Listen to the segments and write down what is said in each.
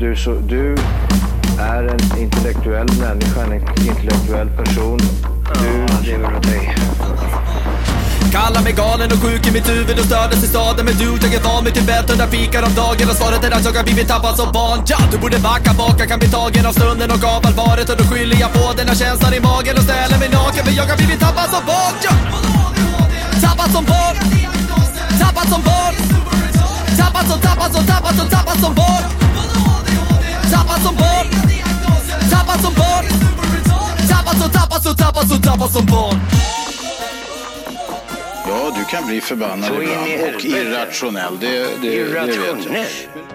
Du är en intellektuell människa, en intellektuell person. Du lever åt dig. Kallar mig galen och sjuk i mitt huvud och stördes i staden. Men du, jag är van vid Tibet under fikar om dagen. Och svaret är att jag har blivit tappad som barn. Ja, du borde backa bak, jag kan bli tagen av stunden och av allvaret. Och då skyller jag på den här känslan i magen och ställer mig naken. För jag har blivit tappad som barn. Ja. Tappad som barn. Tappad som barn. Tappad som barn. Tappad som barn. Tappad som barn. Tappad som barn. Ja, du kan bli förbannad ibland och irrationell. Det vet jag.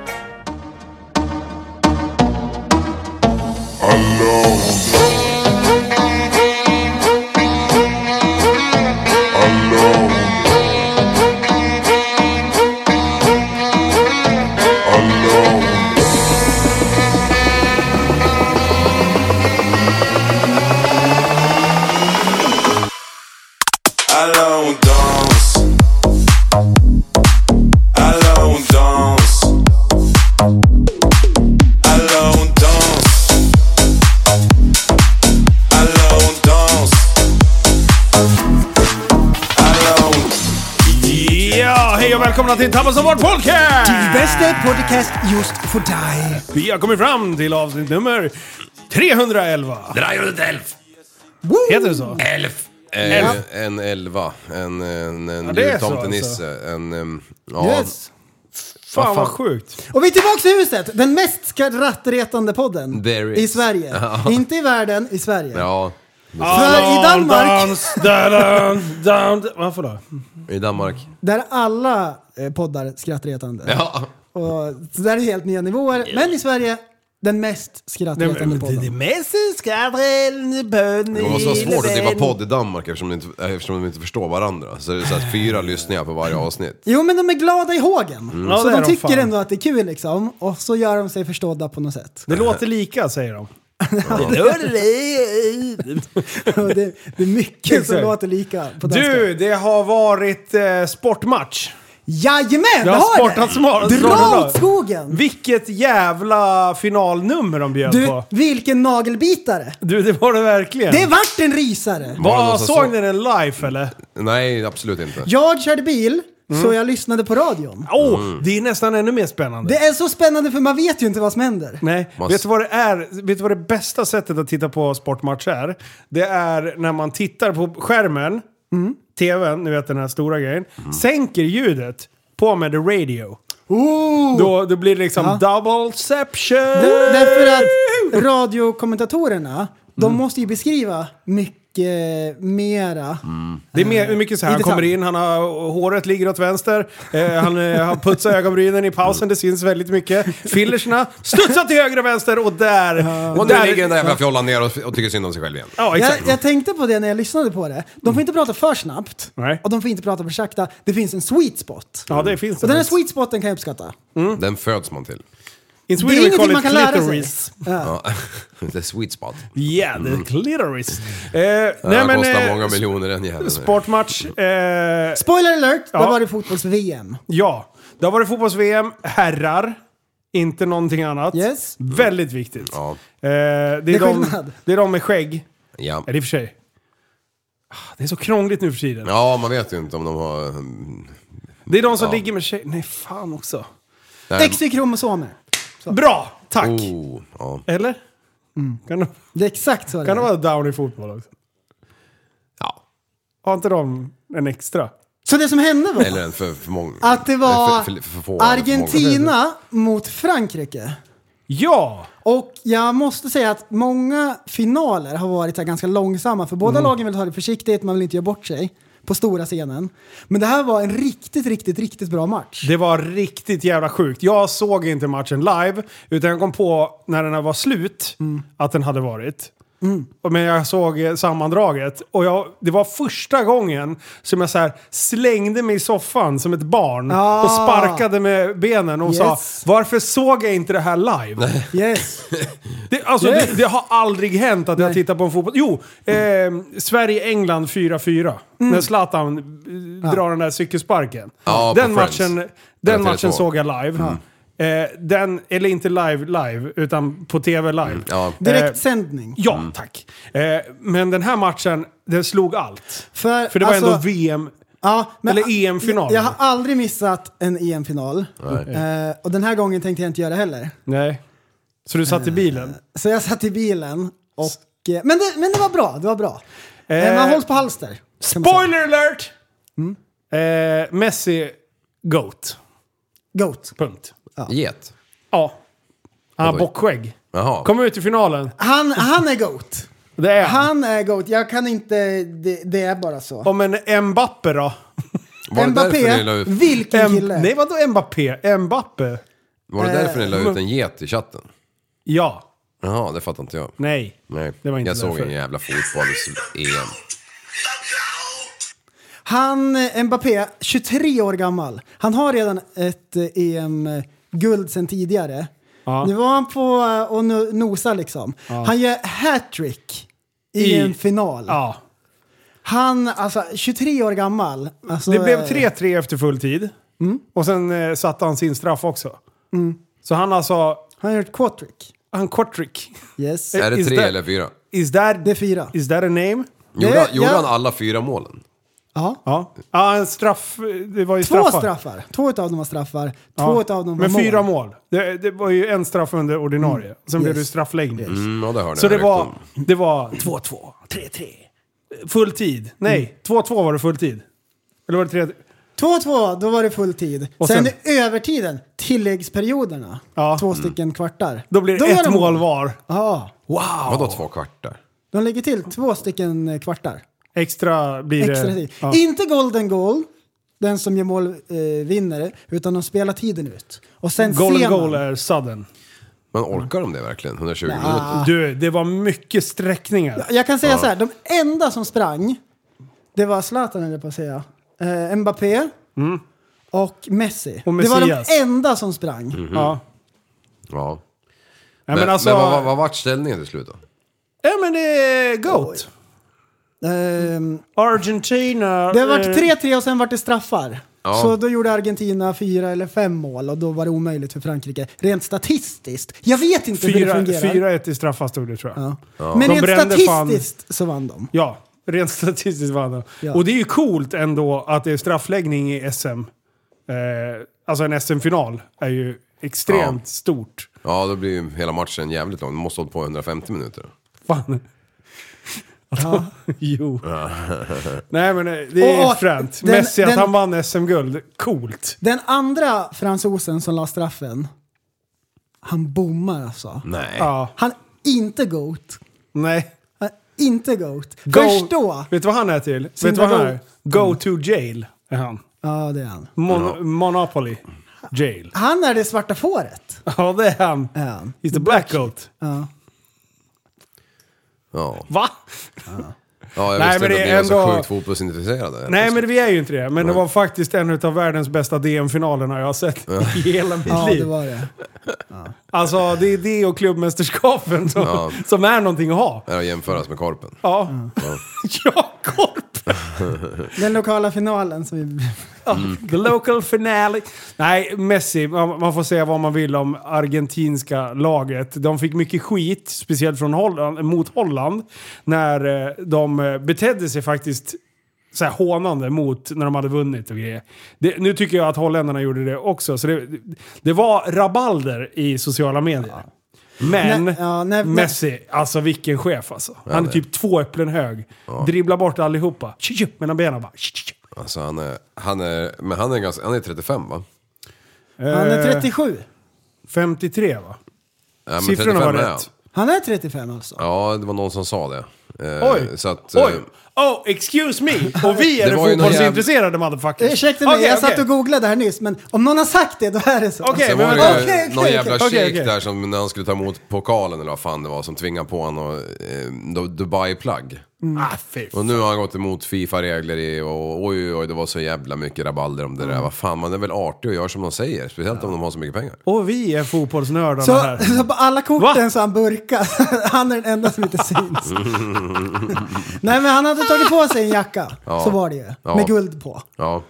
Välkomna till Tappad som vårt podcast! Din bästa podcast just för dig. Vi har kommit fram till avsnitt nummer 311. 311. Heter det så? En 11. En Alltså. jultomtenisse. Yes. Fan vad sjukt. Och vi är tillbaka i huset. Den mest skrattretande podden i Sverige. Inte i världen, i Sverige. Ja. För i Danmark... Varför då? I Danmark. Där alla poddar skrattretande. Ja. Och så där är helt nya nivåer. Men i Sverige, den mest skrattretande podden. Det mest skrattretande podden. Det måste vara svårt att driva podd i Danmark eftersom de inte förstår varandra. Så det är så här 4 lyssningar på varje avsnitt. Jo, men de är glada i hågen. Ja, så de tycker fan ändå att det är kul liksom. Och så gör de sig förstådda på något sätt. Det låter lika, säger de. Det är mycket som låter lika på danska. Du, det har varit sportmatch. Jajamän, det har sportats smart. Dra åt skogen. Vilket jävla finalnummer de bjöd på. Vilken nagelbitare. Du, det var det verkligen. Det vart en rysare. Såg ni den live eller? Nej, absolut inte. Jag körde bil. Så jag lyssnade på radion. Det är nästan ännu mer spännande. Det är så spännande för man vet ju inte vad som händer. Nej, vet du vad det är? Vet du vad det bästa sättet att titta på sportmatch är? Det är när man tittar på skärmen, tvn, ni vet den här stora grejen, sänker ljudet på med the radio. Då blir det liksom doubleception. Därför att radiokommentatorerna, de måste ju beskriva mycket mera. Det är mycket så här, han kommer in, håret ligger åt vänster, han putsar ögonbrynen i pausen, det syns väldigt mycket. Fillersna studsar till höger och vänster och där... Och där ligger den där jävla fjollan ner och tycker synd om sig själv igen. Ja, exakt. Jag tänkte på det när jag lyssnade på det. De får inte prata för snabbt. Nej. Och de får inte prata för sakta. Det finns en sweet spot. Ja, det finns det. Och den här sweet spoten kan jag uppskatta. Den föds man till. In Det är Sweden we call ingenting man it kan lära sig. clitoris. Ja. The sweet spot. Yeah, the clitoris. Det kostar många miljoner den jäveln. Sportmatch. Spoiler alert, det var det fotbolls-VM. Ja, det har varit fotbolls-VM. Herrar. Inte någonting annat. Yes. Väldigt viktigt. Ja. Det är de med skägg. Ja. Är det i och för sig? Det är så krångligt nu för tiden. Ja, man vet ju inte om de har... Det är de som ligger med tjej. Nej, fan också. XY-kromosomer. Bra, tack. Ja. Eller? Kan Det är exakt så det vara down i fotboll också? Ja. Har inte de en extra? Så det som hände var Eller en för många. att det var för få, Argentina mot Frankrike. Ja! Och jag måste säga att många finaler har varit så här ganska långsamma. För båda lagen vill ha det försiktigt, man vill inte göra bort sig på stora scenen. Men det här var en riktigt bra match. Det var riktigt jävla sjukt. Jag såg inte matchen live, utan jag kom på när den var slut att den hade varit. Men jag såg sammandraget och det var första gången som jag så här slängde mig i soffan som ett barn och sparkade med benen och sa, varför såg jag inte det här live? Yes. Det har aldrig hänt att jag tittar på en fotboll. Jo, Sverige-England 4-4. När Zlatan drar den där cykelsparken. Ja, den matchen såg jag live. Den, eller inte live, utan på tv live. Ja. Direktsändning. Ja, tack. Men den här matchen, den slog allt. För det var ändå VM... Ja, men eller EM-final. Jag har aldrig missat en EM-final. Och den här gången tänkte jag inte göra heller. Nej. Så du satt i bilen? Så jag satt i bilen. Och, men det var bra. Det var bra. Man hålls på halster. Spoiler alert! Messi, GOAT. GOAT. Punkt. Get. Ja. Han har bockskägg. Jaha. Kom ut i finalen. Han är GOAT. Det är Han är GOAT. Jag kan inte... Det är bara så. Om en Mbappé då? Var det därför ni la ut... Vilken kille? Nej, vadå Mbappé? Mbappé? Var det därför ni la ut en get i chatten? Ja. Jaha, det fattar inte jag. Nej. Det var inte jag såg därför. en jävla fotbolls-EM. Mbappé, 23 år gammal. Han har redan ett EM-guld sedan tidigare. Ja. Nu var han på och nosa liksom. Ja. Han gör hattrick i en final. Ja. Han, alltså 23 år gammal. Alltså, det blev 3-3 efter full tid. Och sen satte han sin straff också. Så han alltså... Han har gjort quadtrick. Han quadtrick. Yes. Är det 3 eller 4? Det är 4. Is that a name? Gjorde han alla 4 målen? Ja. Ja, en straff. Det var ju 2 straffar. straffar. 2 av dem var straffar. 2 av dem var men mål. 4 mål. Det var ju en straff under ordinarie. Sen blev det straffläggning. Ja, det hörde Så jag det var 2-2, 3-3. Full tid. Nej, 2-2 var det full tid. Eller var det 2-2, då var det full tid. Och sen sen övertiden, tilläggsperioderna. 2 stycken kvartar. Då blir det ett mål var. Ja. Wow. Vadå 2 kvartar? De lägger till 2 stycken kvartar. Extra blir det... Extra tid. Ja. Inte golden goal, den som gör mål vinner, utan de spelar tiden ut. Och sen Golden ser man. goal är sudden. Men orkar de det verkligen? 120 minuter? Du, det var mycket sträckningar. Jag kan säga så här, de enda som sprang, det var Zlatan, eller på att säga. Mbappé och Messi. Och det var de Messias. enda som sprang. Ja. Ja. Men alltså... vad var ställningen till slut då? Ja, men det är GOAT. Argentina... Det har varit 3-3 och sen var det straffar. Ja. Så då gjorde Argentina 4 eller 5 mål och då var det omöjligt för Frankrike. Rent statistiskt. Jag vet inte hur det fungerar. 4-1 i straffar stod det, tror jag. Ja. Men De rent brände statistiskt så vann de. Ja, rent statistiskt vann de. Ja. Och det är ju coolt ändå att det är straffläggning i SM. Alltså en SM-final är ju extremt stort. Ja, då blir ju hela matchen jävligt lång. De måste hålla på 150 minuter. Fan. Ja. Jo. Nej, men det är fränt. Messi, att han vann SM-guld. Coolt. Den andra fransosen som la straffen, han bommar alltså. Nej. Ja. Han är inte GOAT. Nej. Han är inte GOAT. Förstå. Vet du vad han är till? Vet du vad han är? Go to jail är han. Ja, det är han. Monopoly. Jail. Han är det svarta fåret. Ja, det är han. He's the black goat. Ja. Ja. Va? Ja, jag Nej, visste men inte det att är ni var så ändå- sjukt fotbollsintresserade. Nej, men vi är ju inte det. Men det var faktiskt en av världens bästa DM-finalerna jag har sett i hela mitt Ja, liv. det var det. Alltså, det är det och klubbmästerskapen som är någonting att ha. Är att jämföras med korpen. Ja. Ja, korp! Den lokala finalen som vi... The local finale. Nej, Messi, man får säga vad man vill om argentinska laget. De fick mycket skit, speciellt från mot Holland, när de betedde sig faktiskt så här hånande mot när de hade vunnit och grejer. Nu tycker jag att holländarna gjorde det också. Så det var rabalder i sociala medier. Men Messi, alltså vilken chef alltså. Han är typ 2 äpplen hög. Dribblar bort allihopa. Mellan benen bara. Alltså han är 35 va? Han är 37. 53 va? Ja, men Siffrorna 35 var är rätt. Han är 35 alltså. Ja, det var någon som sa det. Oj. Så att, Oj! Oh, excuse me! Och vi är Det det var ju någon fotbollsintresserade motherfuckers. Ursäkta mig, jag satt och googlade här nyss, men om någon har sagt det, då är det så. Okej, Sen men var vänta. det ju någon jävla okej. shejk där som när han skulle ta emot pokalen eller vad fan det var som tvingade på honom och Dubai-plagg. Och nu har han gått emot FIFA-regler och oj, det var så jävla mycket rabalder om det där. Vad fan, man är väl artig och gör som de säger. Speciellt om de har så mycket pengar. Och vi är fotbollsnördarna här. Så på alla korten så han burkar. Han är den enda som inte syns. Nej, men han hade tagit på sig en jacka. Så var det ju. Ja. Med guld på. Ja.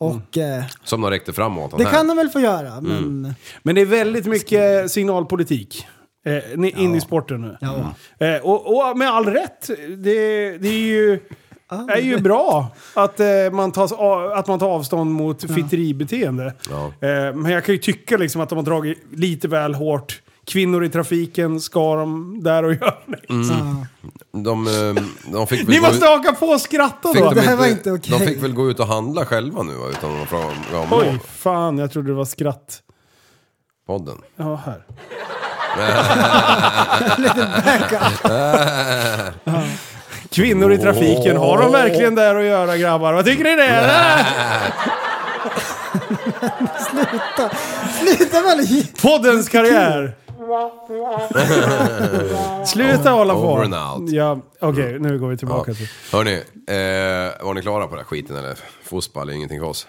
Och, som de räckte framåt. det kan de väl få göra. Men det är väldigt mycket signalpolitik in i sporten nu. Ja. Och med all rätt. Det är ju bra att man tar avstånd mot fitteribeteende. Ja. Men jag kan ju tycka liksom att de har dragit lite väl hårt. Kvinnor i trafiken ska de där och göra. De fick Ni måste haka på och skratta då. Det här var inte okej. De fick väl gå ut och handla själva nu utan att fråga. Oj, fan, jag trodde det var skratt. Podden. Ja, här. Lite backup. Kvinnor i trafiken, har de verkligen där att göra, grabbar? Vad tycker ni det? Sluta väl. Poddens karriär. Sluta hålla på. Over and out. Ja, okej, nu går vi tillbaka till. Hörrni, var ni klara på den här skiten eller? Fotboll är ingenting för oss.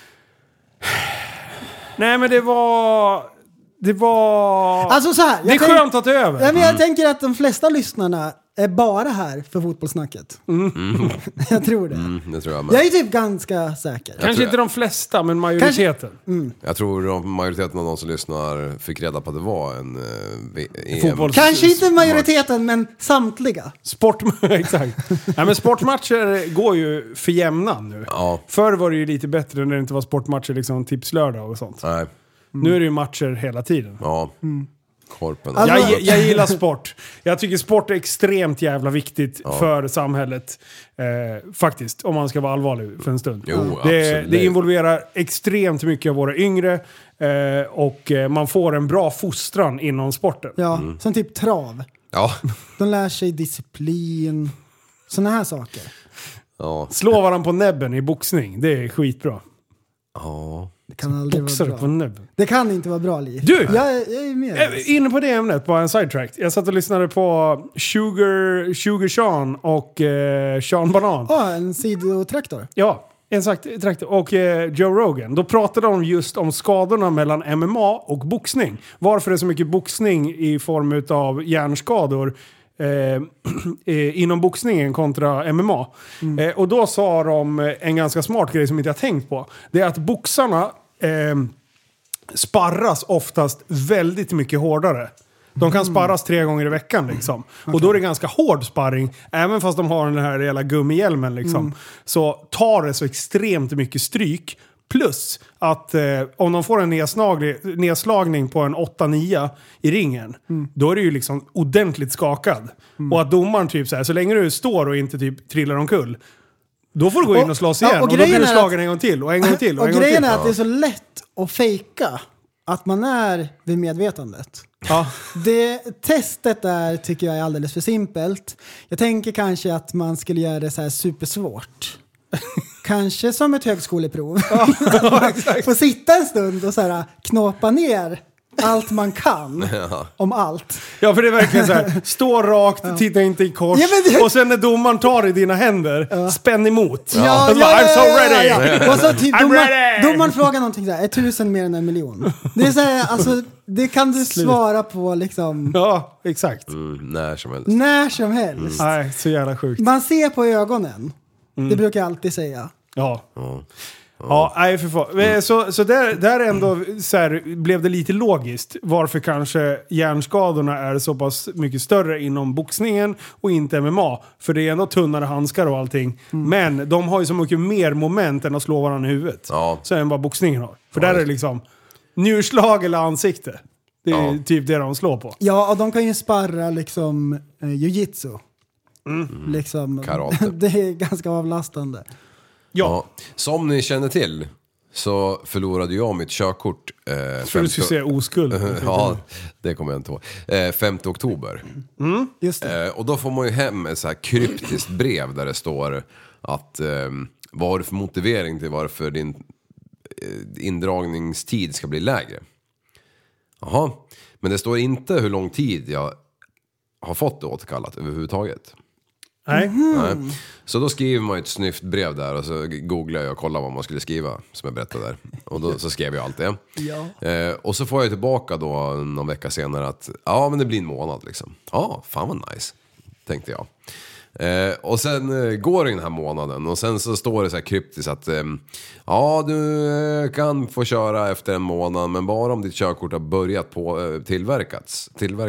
Nej, men det var... Alltså så här, det är skönt att det är över. Ja, men jag tänker att de flesta lyssnarna är bara här för fotbollssnacket. Jag tror det. Det tror jag med. Jag är typ ganska säker. Kanske inte de flesta, men majoriteten. Jag tror majoriteten av de som lyssnar fick reda på att det var en Kanske inte majoriteten, men samtliga. Exakt. Nej, men sportmatcher går ju för jämna nu. Ja. Förr var det ju lite bättre när det inte var sportmatcher, liksom tipslördag och sånt. Nej. Nu är det ju matcher hela tiden. Ja. Korpen. Jag gillar sport. Jag tycker sport är extremt jävla viktigt för samhället. Faktiskt, om man ska vara allvarlig för en stund. Jo, det involverar extremt mycket av våra yngre. Och man får en bra fostran inom sporten. Ja, som typ trav. Ja. De lär sig disciplin. Såna här saker. Ja. Slå varandra på näbben i boxning. Det är skitbra. Ja. Det kan aldrig vara bra. På näbben. Det kan inte vara bra, Liv. Du! Jag är med. Inne på det ämnet, bara en sidetrack. Jag satt och lyssnade på Sugar Sean och Sean Banan. En sidotraktor. Ja, exakt. Och Joe Rogan. Då pratade de just om skadorna mellan MMA och boxning. Varför det är så mycket boxning i form av hjärnskador inom boxningen kontra MMA. Och då sa de en ganska smart grej som inte jag tänkt på. Det är att boxarna sparras oftast väldigt mycket hårdare. De kan sparras 3 gånger i veckan liksom. Och då är det ganska hård sparring. Även fast de har den här hela gummihjälmen liksom. Så tar det så extremt mycket stryk. Plus att om de får en nedslagning på en 8-9 i ringen. Då är det ju liksom ordentligt skakad. Och att domaren typ så länge du står och inte typ trillar omkull. Då får du gå in och slåss igen. Och då blir du slagen en gång till och en gång till. Och grejen är att det är så lätt att fejka att man är vid medvetandet. Ja. Det testet där tycker jag är alldeles för simpelt. Jag tänker kanske att man skulle göra det så här supersvårt. Kanske som ett högskoleprov. Få sitta en stund och så här knåpa ner allt man kan om allt. Ja, för det är verkligen så här. Stå rakt, titta inte i kors. Och sen när domaren tar i dina händer, spänn emot. I'm so ready. Och så typ domaren frågar någonting där. 1000 mer än 1 miljon? Det är så här, alltså, det kan du svara på liksom. Ja, exakt. När som helst. När som helst. Nej, så jävla sjukt. Man ser på ögonen. Det brukar jag alltid säga. Ja, nej för fan. Så där ändå så här, blev det lite logiskt varför kanske hjärnskadorna är så pass mycket större inom boxningen och inte MMA. För det är ändå tunnare handskar och allting. Men de har ju så mycket mer moment än att slå varandra i huvudet. Så än vad boxningen har. För där är det liksom njurslag eller ansikte. Det är typ det de slår på. Ja, och de kan ju sparra liksom jiu-jitsu. Liksom, karate. Det är ganska avlastande. Ja, som ni känner till så förlorade jag mitt körkort. För du skulle säga oskuld. Ja, det kommer jag inte ihåg. 5 oktober. Just det. Och då får man ju hem ett så här kryptiskt brev där det står att vad har du för motivering till varför din indragningstid ska bli lägre. Jaha, men det står inte hur lång tid jag har fått det återkallat överhuvudtaget. Nej. Så då skriver man ett snyft brev där och så googlar jag och kollar vad man skulle skriva som jag berättade där. Och då så skrev jag allt det. Och så får jag tillbaka då någon vecka senare att men det blir en månad liksom. Fan vad nice, tänkte jag. Och sen går den här månaden och sen så står det så här kryptiskt att ja, du kan få köra efter en månad, men bara om ditt körkort har börjat på tillverkas.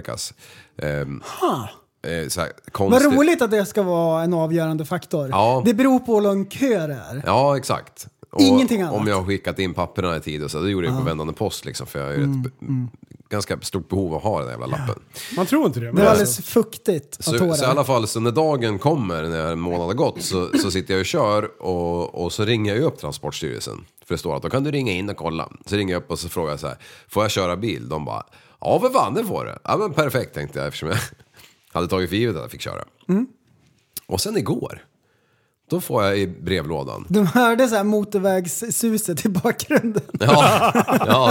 Så här, konstigt. Vad roligt att det ska vara en avgörande faktor. Ja. Det beror på hur lång kö det är. Ja, exakt. Och ingenting annat. Om jag har skickat in papperna i tid och så, det gjorde jag på vändande post liksom, för jag har ju ett ganska stort behov av att ha den jävla lappen. Man tror inte det. Det är alldeles fuktigt att Så i alla fall, så när dagen kommer, när en månad har gått, så sitter jag och kör och så ringer jag upp Transportstyrelsen. För det står att då kan du ringa in och kolla. Så ringer jag upp och så frågar jag så här: får jag köra bil? De bara, ja för fan det får du. Ja men perfekt, tänkte jag, eftersom jag hade tagit för givet att jag fick köra. Och sen igår, då får jag i brevlådan. Du hörde så här motorvägssuset i bakgrunden. Ja.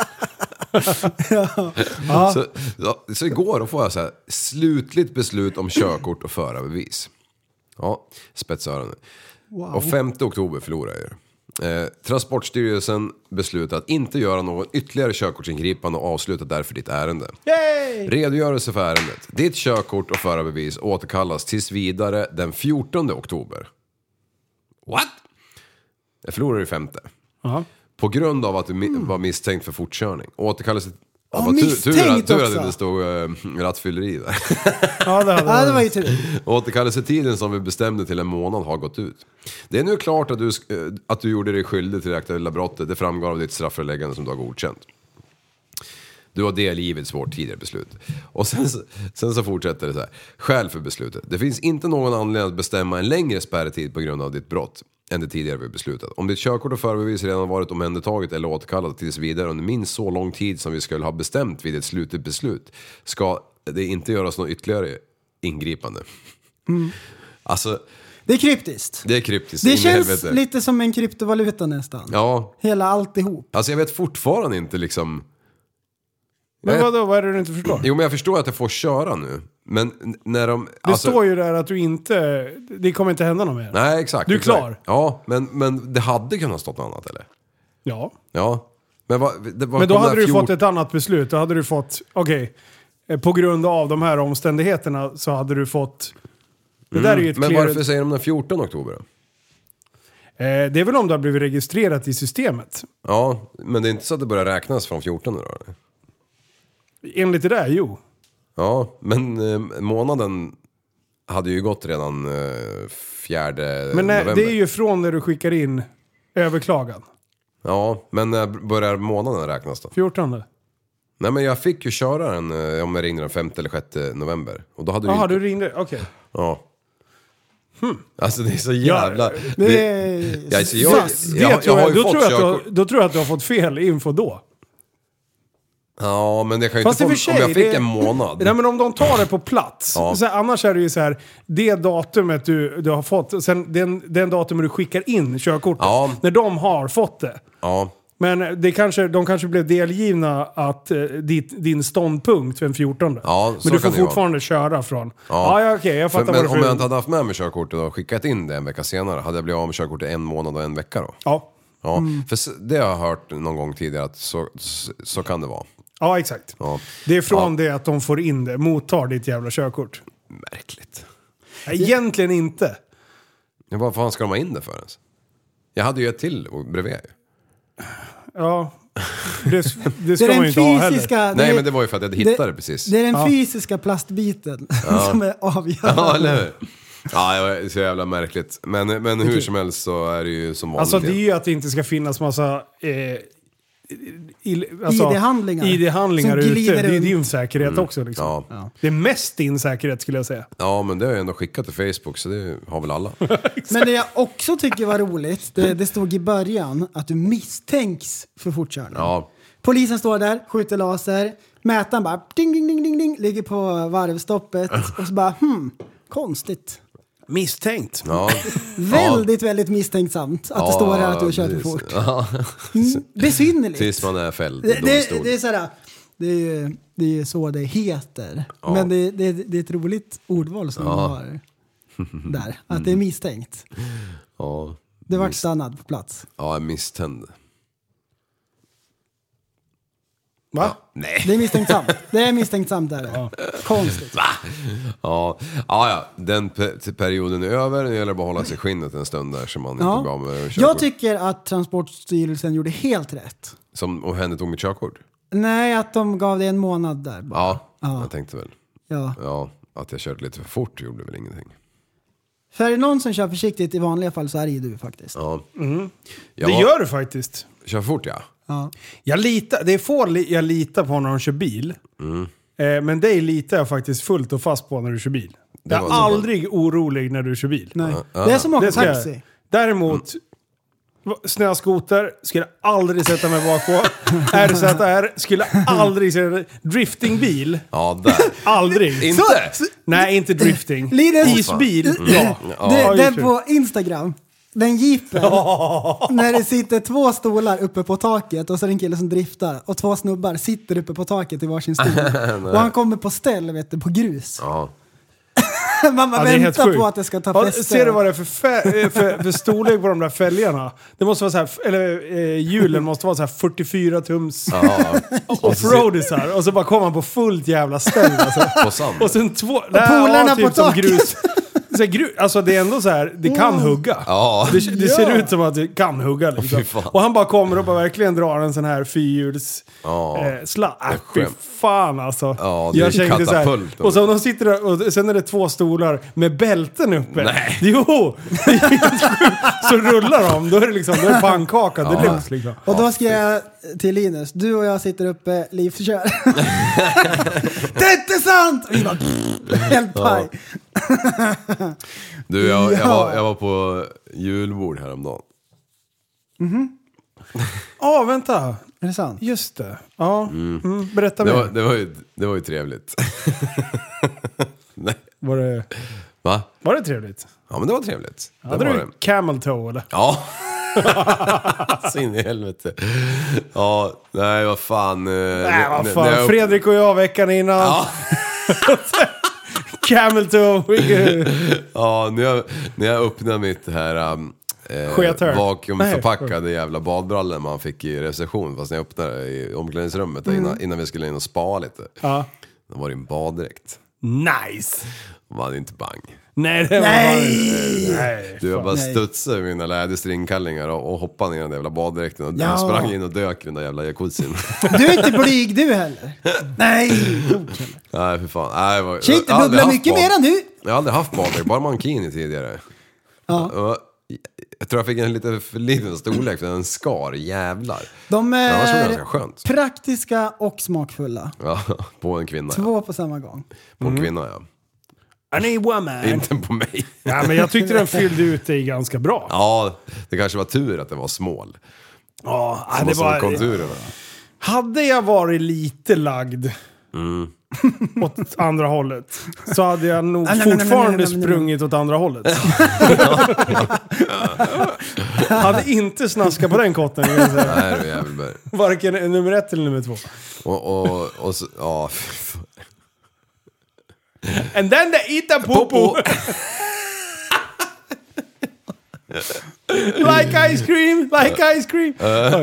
Så igår då får jag så här slutligt beslut om körkort och förarbevis. Ja, spetsöronen. Wow. Och 5 oktober förlorar jag ju. Transportstyrelsen beslutar att inte göra någon ytterligare körkortsingripande och avslutar därför ditt ärende. Yay! Redogörelse för ärendet. Ditt körkort och förarbevis återkallas tills vidare den 14 oktober. What? Jag förlorar i 5. På grund av att du var misstänkt för fortkörning. Återkallelse... misstänkt tur också. att det stod rattfylleri där. Ja, det var ju tur. Återkallelsetiden som vi bestämde till en månad har gått ut. Det är nu klart att du gjorde dig skyldig till det aktuella brottet. Det framgår av ditt strafföreläggande som du har godkänt. Du har delgivits vårt tidigare beslut. Och sen så fortsätter det så här. Skäl för beslutet. Det finns inte någon anledning att bestämma en längre spärrtid på grund av ditt brott än det tidigare vi beslutat. Om ditt körkort och förarbevis redan varit omhändertaget eller återkallat tills vidare under minst så lång tid som vi skulle ha bestämt vid ett slutligt beslut, ska det inte göras något ytterligare ingripande. Alltså... Det är kryptiskt. Det är kryptiskt. Det känns lite som en kryptovaluta nästan. Ja. Hela alltihop. Alltså jag vet fortfarande inte liksom... Men vadå, vad är det du inte förstår? Jo, men jag förstår att jag får köra nu. Men när de... Det står ju där att du inte... Det kommer inte hända något mer. Nej, exakt. Du är exakt. klar. Ja, men det hade kunnat stått något annat, eller? Ja. Ja. Men då hade du fått ett annat beslut. Då hade du fått... Okej. På grund av de här omständigheterna så hade du fått... Det där är ju ett men varför säger de den 14 oktober då? Det är väl om du har blivit registrerat i systemet. Ja, men det är inte så att det börjar räknas från 14 då? Eller? Enligt det där, jo. Ja, men månaden hade ju gått redan 4 november. Men det är ju från när du skickar in överklagan. Ja, men när börjar månaden räknas då? 14. Nej, men jag fick ju köra den om jag ringde den 5 eller 6 november. Och då hade Jaha, inte... du ringde, okej. Ja. Alltså det är så jävla... Då tror jag att du har fått fel info då. Ja, men det kan ju Fast inte i och för få... Om jag sig, fick en månad. Nej, men om de tar det på plats. Ja. Så här, annars är det ju så här. Det datumet du har fått. Sen den datumet du skickar in körkortet. Ja. När de har fått det. Ja. Men de kanske blev delgivna att din ståndpunkt för den 14. Ja, så men du får kan det fortfarande köra från... Ja. Ja, okej, jag fattar men vad du om jag inte hade haft med mig körkortet och skickat in det en vecka senare, hade jag blivit av med körkortet 1 månad och 1 vecka då? Ja. Ja, för det har jag hört någon gång tidigare att så kan det vara. Ja, exakt. Ja. Det är från det att de får in det, mottar ditt jävla körkort. Märkligt. Egentligen inte. Ja, vad fan ska de ha in det för ens? Jag hade ju ett till bredvid. Ja, det ska man ju inte ha heller. Nej, men det var ju för att jag hittade det precis. Det är den fysiska plastbiten som är avgörande. Ja, eller hur? Ja, det är så jävla märkligt. Men hur som helst så är det ju som vanligt. Alltså det är ju att det inte ska finnas massa ID-handlingar ute. Det är din säkerhet också liksom. Ja. Det är mest din säkerhet skulle jag säga. Ja, men det har jag ändå skickat till Facebook så det har väl alla. Men det jag också tycker var roligt, det stod i början att du misstänks för fortkörning. Ja. Polisen står där, skjuter laser, mätaren bara ding, ding, ding, ding, ding, ligger på varvstoppet och så bara konstigt. Misstänkt. Ja. Väldigt misstänksamt att det står här att du har kört för fort. Ja. Besynnerligt. Tills man är fälld i domstol. Det är sådär, det är så det heter. Ja. Men det är ett roligt ordval som man har där. Att det är misstänkt. Ja. Det var stannad på plats. Ja, misständ. Va? Nej. Det är misstänksamt. Det är misstänksamt där. Ja. Konstigt. Ja. Den perioden är över. Det gäller bara att hålla sig skinnet en stund där så man inte blir av med körkort. Jag tycker att Transportstyrelsen gjorde helt rätt. Och henne tog mitt körkort? Nej, att de gav det en månad där. Bara. Ja, jag tänkte väl. Ja, att jag körde lite för fort gjorde väl ingenting. För är det någon som kör försiktigt i vanliga fall så är det ju du faktiskt. Ja. Det gör du faktiskt. Kör fort, ja. Det är få jag litar på när de kör bil. Men det litar jag faktiskt fullt och fast på när du kör bil. Jag är aldrig orolig när du kör bil. Nej. Det är som åker taxi. Däremot, snöskoter skulle aldrig sätta mig bak på. RZR skulle aldrig sätta. Driftingbil. Ja, där. Aldrig. Inte? Nej, inte drifting. Isbil. Det är på Instagram. Den jeepen, när det sitter 2 stolar uppe på taket och så är det en kille som driftar och 2 snubbar sitter uppe på taket i varsin stol. Och han kommer på ställ, vet du, på grus. Ja. Man väntar på att det ska ta fäste. Ser du vad det är för storlek på de där fälgarna? Det måste vara så här, eller hjulen måste vara så här 44 tums offroadisar. Och så bara kommer man på fullt jävla ställ. Alltså. Och sen 2 polarna på taket. Grus. Alltså det är ändå så här, det kan hugga. Ja. Det ser ut som att det kan hugga liksom. Och han bara kommer och bara verkligen drar en sån här fyrhjuls fy fan alltså. Ja, det jag tänkte så här. Och så de sitter där och sen är det 2 stolar med bälten uppe. Nej. Jo. Så rullar de, då är det liksom, då är det pannkaka deluxe liksom. Och då ska jag till Linus, du och jag sitter uppe livskör. Det är inte sant! Och vi bara, helt paj. Du, jag var på julbord häromdagen. Vänta. Är det sant? Just det. Ja. Berätta mer. Det var ju trevligt. Nej. Var det trevligt? Ja, men det var trevligt. Hade du camel toe eller? Ja. Så in i helvete. Ja, nej vad fan. Nej vad fan. Fredrik och jag veckan innan. Ja. Camel toe. Ja, när jag öppnade mitt här vakuumförpackade jävla badbrallen man fick i reception, fast när jag öppnade i omklädningsrummet innan vi skulle in och spa lite. Ja. Då var det en baddräkt. Nice. Var det inte bang. Nej, det var nej. Du har bara studsat med mina läderstringkallingar och hoppade ner i den jävla baddräkten och sprang in och dök i den där jävla jacuzzin. Du är inte blyg du heller. Nej. Nej, för fan. Shit, det bubblar mycket mer än du. Jag har aldrig haft baddräkt, bara mankini tidigare. Ja. Jag tror jag fick en lite för liten storlek för den skar, jävlar. De är praktiska och smakfulla. Ja, på en kvinna. 2 på samma gång. På en kvinna, ja. I need woman. Inte på mig. Ja, men jag tyckte den fyllde ut dig ganska bra. Ja, det kanske var tur att det var smål. Ja, det var konturerna. Hade jag varit lite lagd åt andra hållet så hade jag nog fortfarande sprungit åt andra hållet. Hade inte snaskat på den kotten. Nej, det är jävligt. Varken nummer 1 eller nummer 2. Och så, ja. And then they eat the popo. Like ice cream, like ice cream.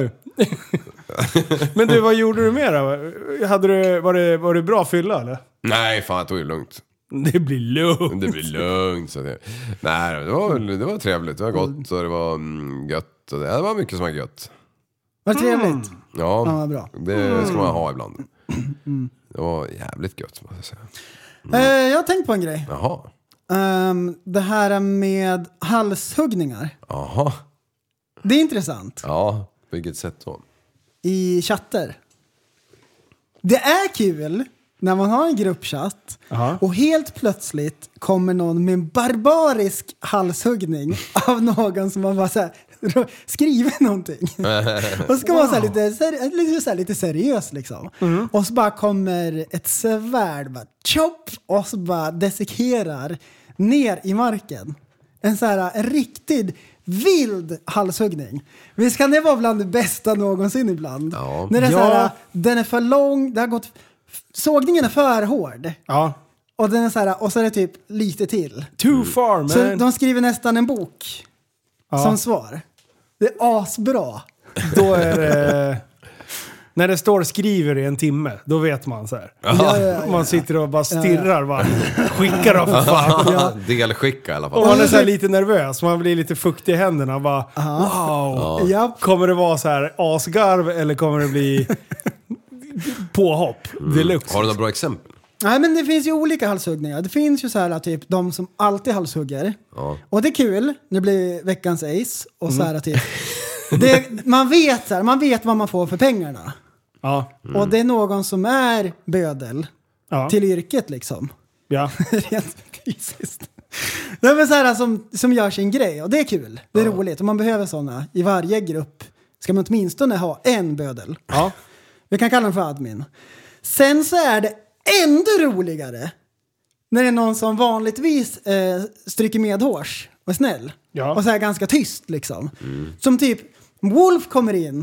Men du, vad gjorde du mer då? Var det bra fylla eller? Nej, fan, jag tog det lugnt. Det blir lugnt. Det blir lugnt. Så nej, det var trevligt. Det var gott och det var gött. Och det var mycket som var gött. Var det trevligt? Ja, bra. Det ska man ha ibland. Det var jävligt gött, måste jag säga. Jag har tänkt på en grej. Jaha. Det här med halshuggningar. Jaha. Det är intressant. Ja, på vilket sätt då? I chatter. Det är kul när man har en gruppchatt och helt plötsligt kommer någon med en barbarisk halshuggning av någon som man bara så här skriver någonting. Och så ska man vara lite seriös liksom. Och så bara kommer ett svärd bara chop och så bara desikerar ner i marken. En så här en riktigt vild halshuggning. Visst kan det vara bland det bästa någonsin ibland. Ja. När det är så här, den är för lång, det har gått, sågningen är för hård. Ja. Och den är så här, och så är det typ lite till. Too far, man. Så de skriver nästan en bok som svar. Det är asbra. Då är det... När det står skriver i en timme, då vet man så här. Ja. Man sitter och bara stirrar. Bara, skickar dem för fan. Delskicka i alla fall. Och man är så här lite nervös. Man blir lite fuktig i händerna. Bara, wow. Ja. Kommer det vara så här asgarv eller kommer det bli påhopp? Deluxe. Har du några bra exempel? Nej, men det finns ju olika halshuggningar. Det finns ju så här typ de som alltid halshugger. Ja. Och det är kul. Det blir veckans ace. Och så här typ. Man vet vad man får för pengarna. Ja. Och det är någon som är bödel till yrket liksom. Ja. Rent fysiskt. Det är så här som gör sin grej. Och det är kul. Det är roligt. Och man behöver sådana. I varje grupp ska man åtminstone ha en bödel. Ja. Vi kan kalla den för admin. Sen så är det ändå roligare när det är någon som vanligtvis stryker medhårs och är snäll. Ja. Och så är ganska tyst liksom. Som typ Wolf kommer in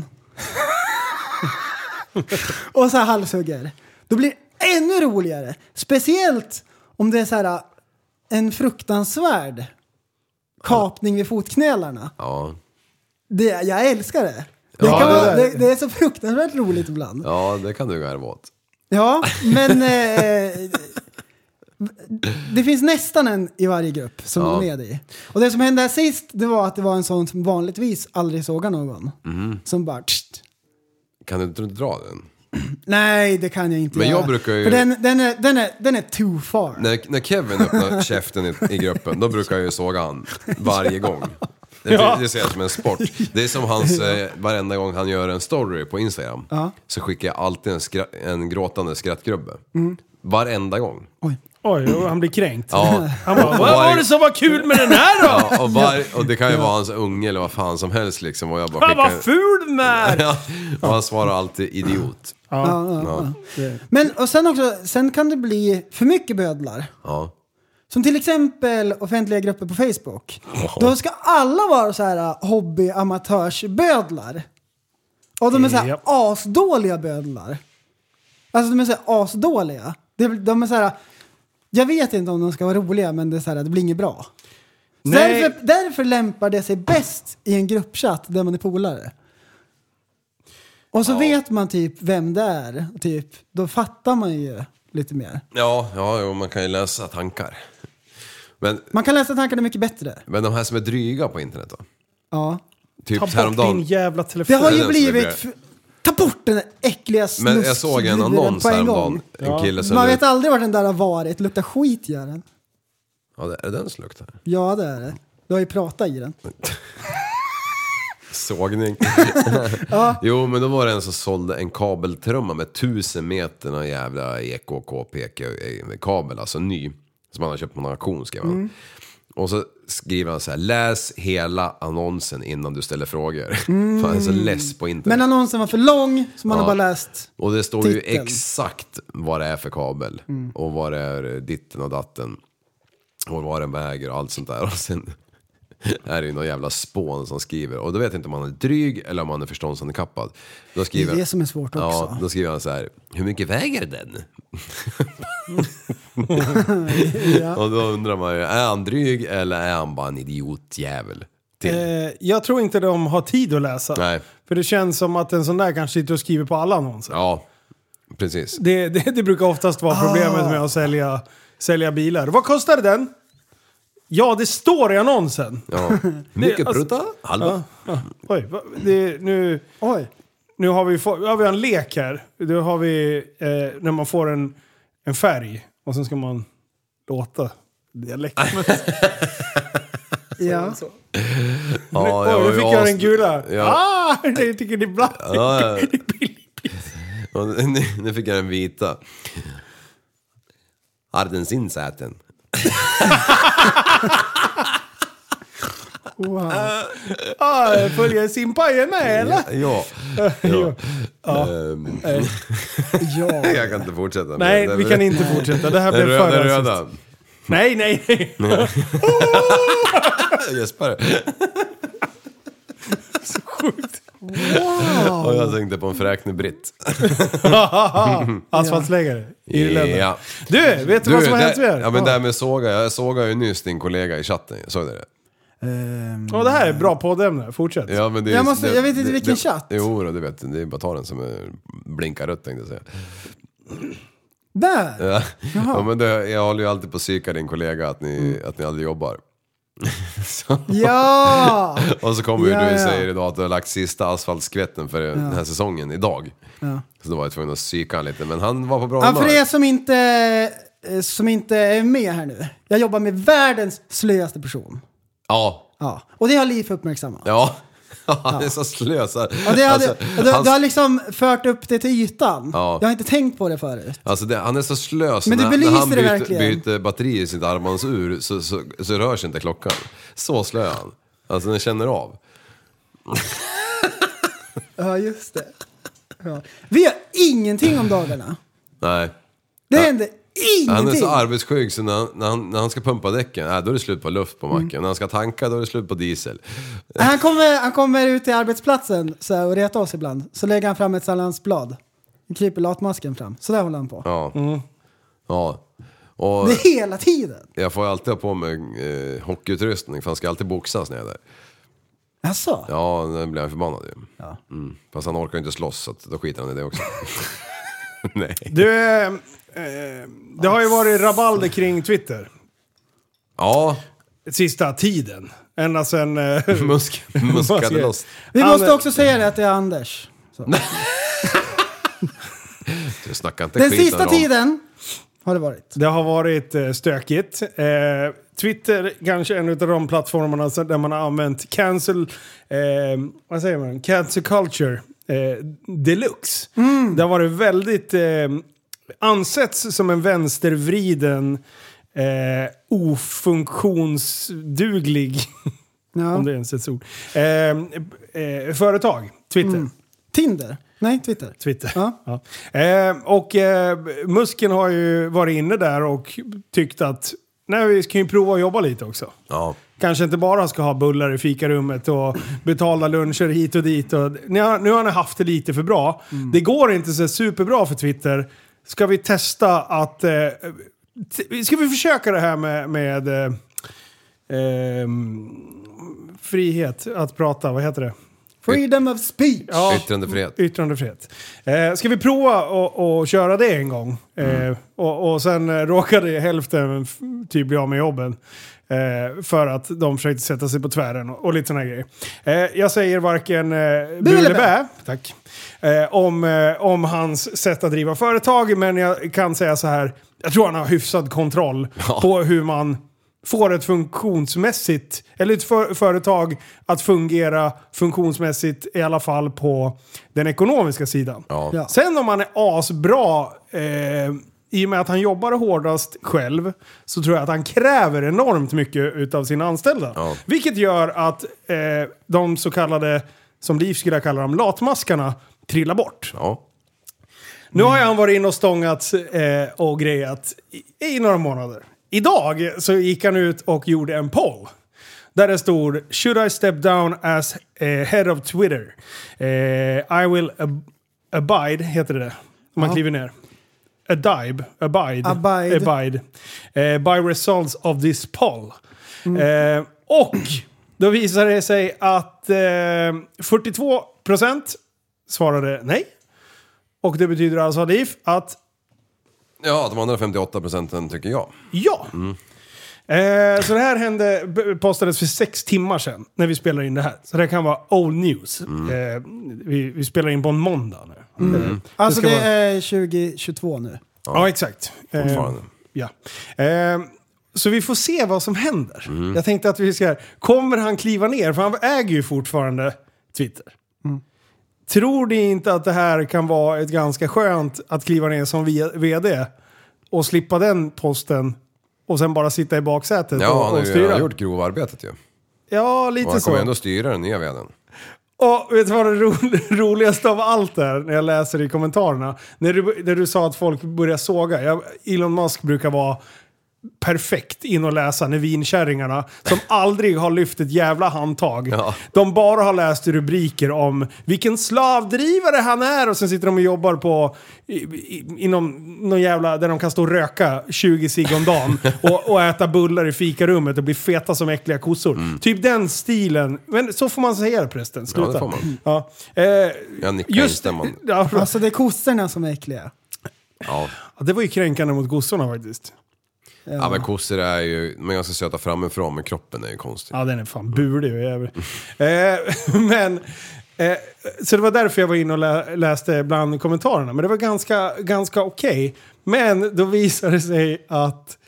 och så här halshugger. Då blir det ännu roligare. Speciellt om det är så här en fruktansvärd kapning vid fotknälarna. Ja. Jag älskar det. Det är så fruktansvärt roligt ibland. Ja, det kan du garva åt. Ja, men det finns nästan en i varje grupp som är med i. Och det som hände här sist, det var att det var en sån som vanligtvis aldrig sågar någon. Som bara... Tst. Kan du inte dra den? Nej, det kan jag inte Men göra. jag brukar ju... För den är too far. När Kevin öppnar käften i gruppen, då brukar jag ju såga han varje gång. Det ser jag som en sport. Det är som hans, varenda gång han gör en story på Instagram, så skickar jag alltid en gråtande skrattgrubbe. Varenda gång. Oj, han blir kränkt. Ja. Han bara, vad var det som var kul med den här då? Ja, och det kan ju vara hans unge eller vad fan som helst liksom. Och jag bara Vad ful den är! Ja, och han svarar alltid idiot. Ja. Men och sen kan det bli för mycket bödlar. Ja. Som till exempel offentliga grupper på Facebook. Då ska alla vara så här hobby-amatörsbödlar. Och de är så här asdåliga bödlar. Alltså de är så här asdåliga. De är så här... Jag vet inte om de ska vara roliga, men det är så här, det blir inget bra. Därför lämpar det sig bäst i en gruppchatt där man är polare. Och så vet man typ vem det är. Typ, då fattar man ju lite mer. Ja, man kan ju läsa tankar. Men, man kan läsa tankarna mycket bättre. Men de här som är dryga på internet då? Ja. Typ ta bort häromdagen. din jävla telefon. Det har ju blivit... Ta bort den där äckliga snusk. Men jag såg en annons häromdagen. En kille som... Man vet aldrig var den där har varit. Luktar skit gör den. Ja, det är den som luktar. Ja, det är det. Du har ju pratat i den. Sågning. Jo, men då var det en som sålde en kabeltrumma med 1000 meter någon jävla EKKPK-kabel, alltså ny. Som han har köpt på någon auktion, skrev han. Och så skriver han så här: läs hela annonsen innan du ställer frågor. Fan, jag är så less på internet. Men annonsen var för lång, så man har bara läst. Och det står ju exakt vad det är för kabel. Och vad det är ditten och datten. Och vad den väger och allt sånt där. Och sen är det ju någon jävla spån som skriver. Och då vet jag inte om man är dryg eller om man är förståndshandikappad. Då skriver, det är det som är svårt också. Ja, då skriver han så här: hur mycket väger den? Och då undrar man ju, är han dryg eller är han bara en idiotjävel? Jag tror inte de har tid att läsa. Nej. För det känns som att en sån där kanske sitter och skriver på alla annonser. Ja, precis. Det brukar oftast vara problemet med att sälja bilar. Vad kostade den? Ja, det står i annonsen. Ja. Mycket prutta? Halva. Ja. Oj, nu har vi en lek här. Nu har vi när man får en färg och sen ska man låta dialekten. Ja. Ja, nu fick jag en gula. Ja. Jag tycker det är bra. Ja. Det är billigt. Nu fick jag den vita. Arden sinsäten. Wow. Följer Simpajen med, eller? Ja. Ja. Jag kan inte fortsätta. Nej, vi kan inte fortsätta. Det här blev för röda. Nej. Jesper. Så sjukt. Wow. Och jag tänkte på en fräknebritt. Asfaltsläggare. Ja. Du, vet du vad som har hänt med? Ja, men det här med såga. Jag sågade ju nyss din kollega i chatten. Såg du det? Det här är bra poddämne. Fortsätt. Ja, men det är, jag vet inte vilken chatt. Jo, det vet. Det är bara ta den som är blinkar rött tänkte jag säga. Där? Ja, men jag håller ju alltid på att psyka din kollega att ni aldrig jobbar. Ja! Och så kommer du och säger idag att du har lagt sista asfaltskvätten för den här säsongen idag. Ja. Så då var jag tvungen att psyka han lite. Men han var på bra humör. För er som inte är med här nu. Jag jobbar med världens slöaste person. Ja. Och det har Liv uppmärksammat. Ja. Han är så slösad. Och du har liksom fört upp det till ytan. Ja. Jag har inte tänkt på det förut. Alltså han är så slös. Men du belyser det verkligen. Byter batteri i sitt armbandsur så rör sig inte klockan. Så slö han. Alltså den känner av. Ja, just det. Ja. Vi har ingenting om dagarna. Nej. Det händer ingenting. Han är så arbetssjuk så när han ska pumpa däcken, då är det slut på luft på macken. När han ska tanka, då är det slut på diesel. Han kommer ut till arbetsplatsen så här, och retar oss ibland. Så lägger han fram ett sallansblad. Han kryper latmasken fram. Så där håller han på. Ja. Ja. Och det är hela tiden. Jag får alltid ha på mig hockeyutrustning, för han ska alltid boxas när jag är där. Asså? Ja, den blir han förbannad ju. Ja. Fast han orkar inte slåss, så då skiter han i det också. Nej. Det har ju varit rabalder kring Twitter. Ja. Sista tiden. Ända sen... muskade loss. Vi måste också säga det att det är Anders. Du snackar inte den sista tiden har det varit. Det har varit stökigt. Twitter kanske är en av de plattformarna där man har använt cancel culture deluxe. Det har varit väldigt ansetts som en vänstervriden ofunktionsduglig om det är ens ett ord företag, Twitter. Tinder? Nej, Twitter. Ja. Och Musken har ju varit inne där och tyckt att vi ska ju prova att jobba lite också. Ja. Kanske inte bara ska ha bullar i fikarummet och betala luncher hit och dit. Och nu har ni haft det lite för bra. Det går inte så superbra för Twitter. Ska vi testa att... ska vi försöka det här med frihet att prata, vad heter det? Freedom of speech. Ja, yttrandefrihet. Ska vi prova och köra det en gång? Och sen råkade hälften typ bli av med jobben. För att de försökte sätta sig på tvären och lite såna grejer. Jag säger varken bu eller bä. Tack. Om hans sätt att driva företag. Men jag kan säga så här. Jag tror han har hyfsad kontroll på hur man får ett funktionsmässigt, eller ett företag att fungera funktionsmässigt, i alla fall på den ekonomiska sidan. Ja. Sen om han är asbra, i och med att han jobbar hårdast själv, så tror jag att han kräver enormt mycket utav sina anställda. Ja. Vilket gör att de så kallade, som Liv skulle kalla dem, latmaskarna, trillar bort. Ja. Nu har han varit in och stångat och grejat i några månader. Idag så gick han ut och gjorde en poll. Där det stod: Should I step down as head of Twitter? I will abide, heter det. Om man kliver ner. Abide. By results of this poll. Och då visar det sig att 42% svarade nej. Och det betyder alltså, Liv, att... Ja, de andra 58% tycker jag. Ja. Så det här postades för 6 timmar sedan när vi spelar in det här. Så det kan vara old news. Vi spelar in på en måndag nu. Alltså det är 2022 nu. Ja, exakt. Fortfarande. Ja. Så vi får se vad som händer. Jag tänkte att vi ska... Kommer han kliva ner? För han äger ju fortfarande Twitter. Tror ni inte att det här kan vara ett ganska skönt att kliva ner som vd och slippa den posten och sen bara sitta i baksätet och styra? Ja, han har gjort grovarbetet ju. Ja, lite så. Och han kommer ändå styra den nya vdn. Och vet du vad det roligaste av allt är när jag läser i kommentarerna? När du sa att folk börjar såga. Elon Musk brukar vara perfekt in och läsa när vinkärringarna som aldrig har lyft ett jävla handtag. Ja. De bara har läst rubriker om vilken slavdrivare han är och sen sitter de och jobbar på inom någon jävla där de kan stå och röka 20 cigg om dagen och äta bullar i fikarummet och bli feta som äckliga kossor. Typ den stilen. Men så får man säga det, prästen. Sluta. Ja, det får man. Ja. Jag nickar Just instämmande. ja, Alltså det är kossorna som är äckliga. Ja. det var ju kränkande mot kossorna faktiskt. Ja, men kossor är ju, men jag ska söta framifrån, men kroppen är ju konstig. Ja, den är fan burdig och jävlig. Så det var därför jag var inne och läste bland kommentarerna. Men det var ganska okej. Men då visade det sig att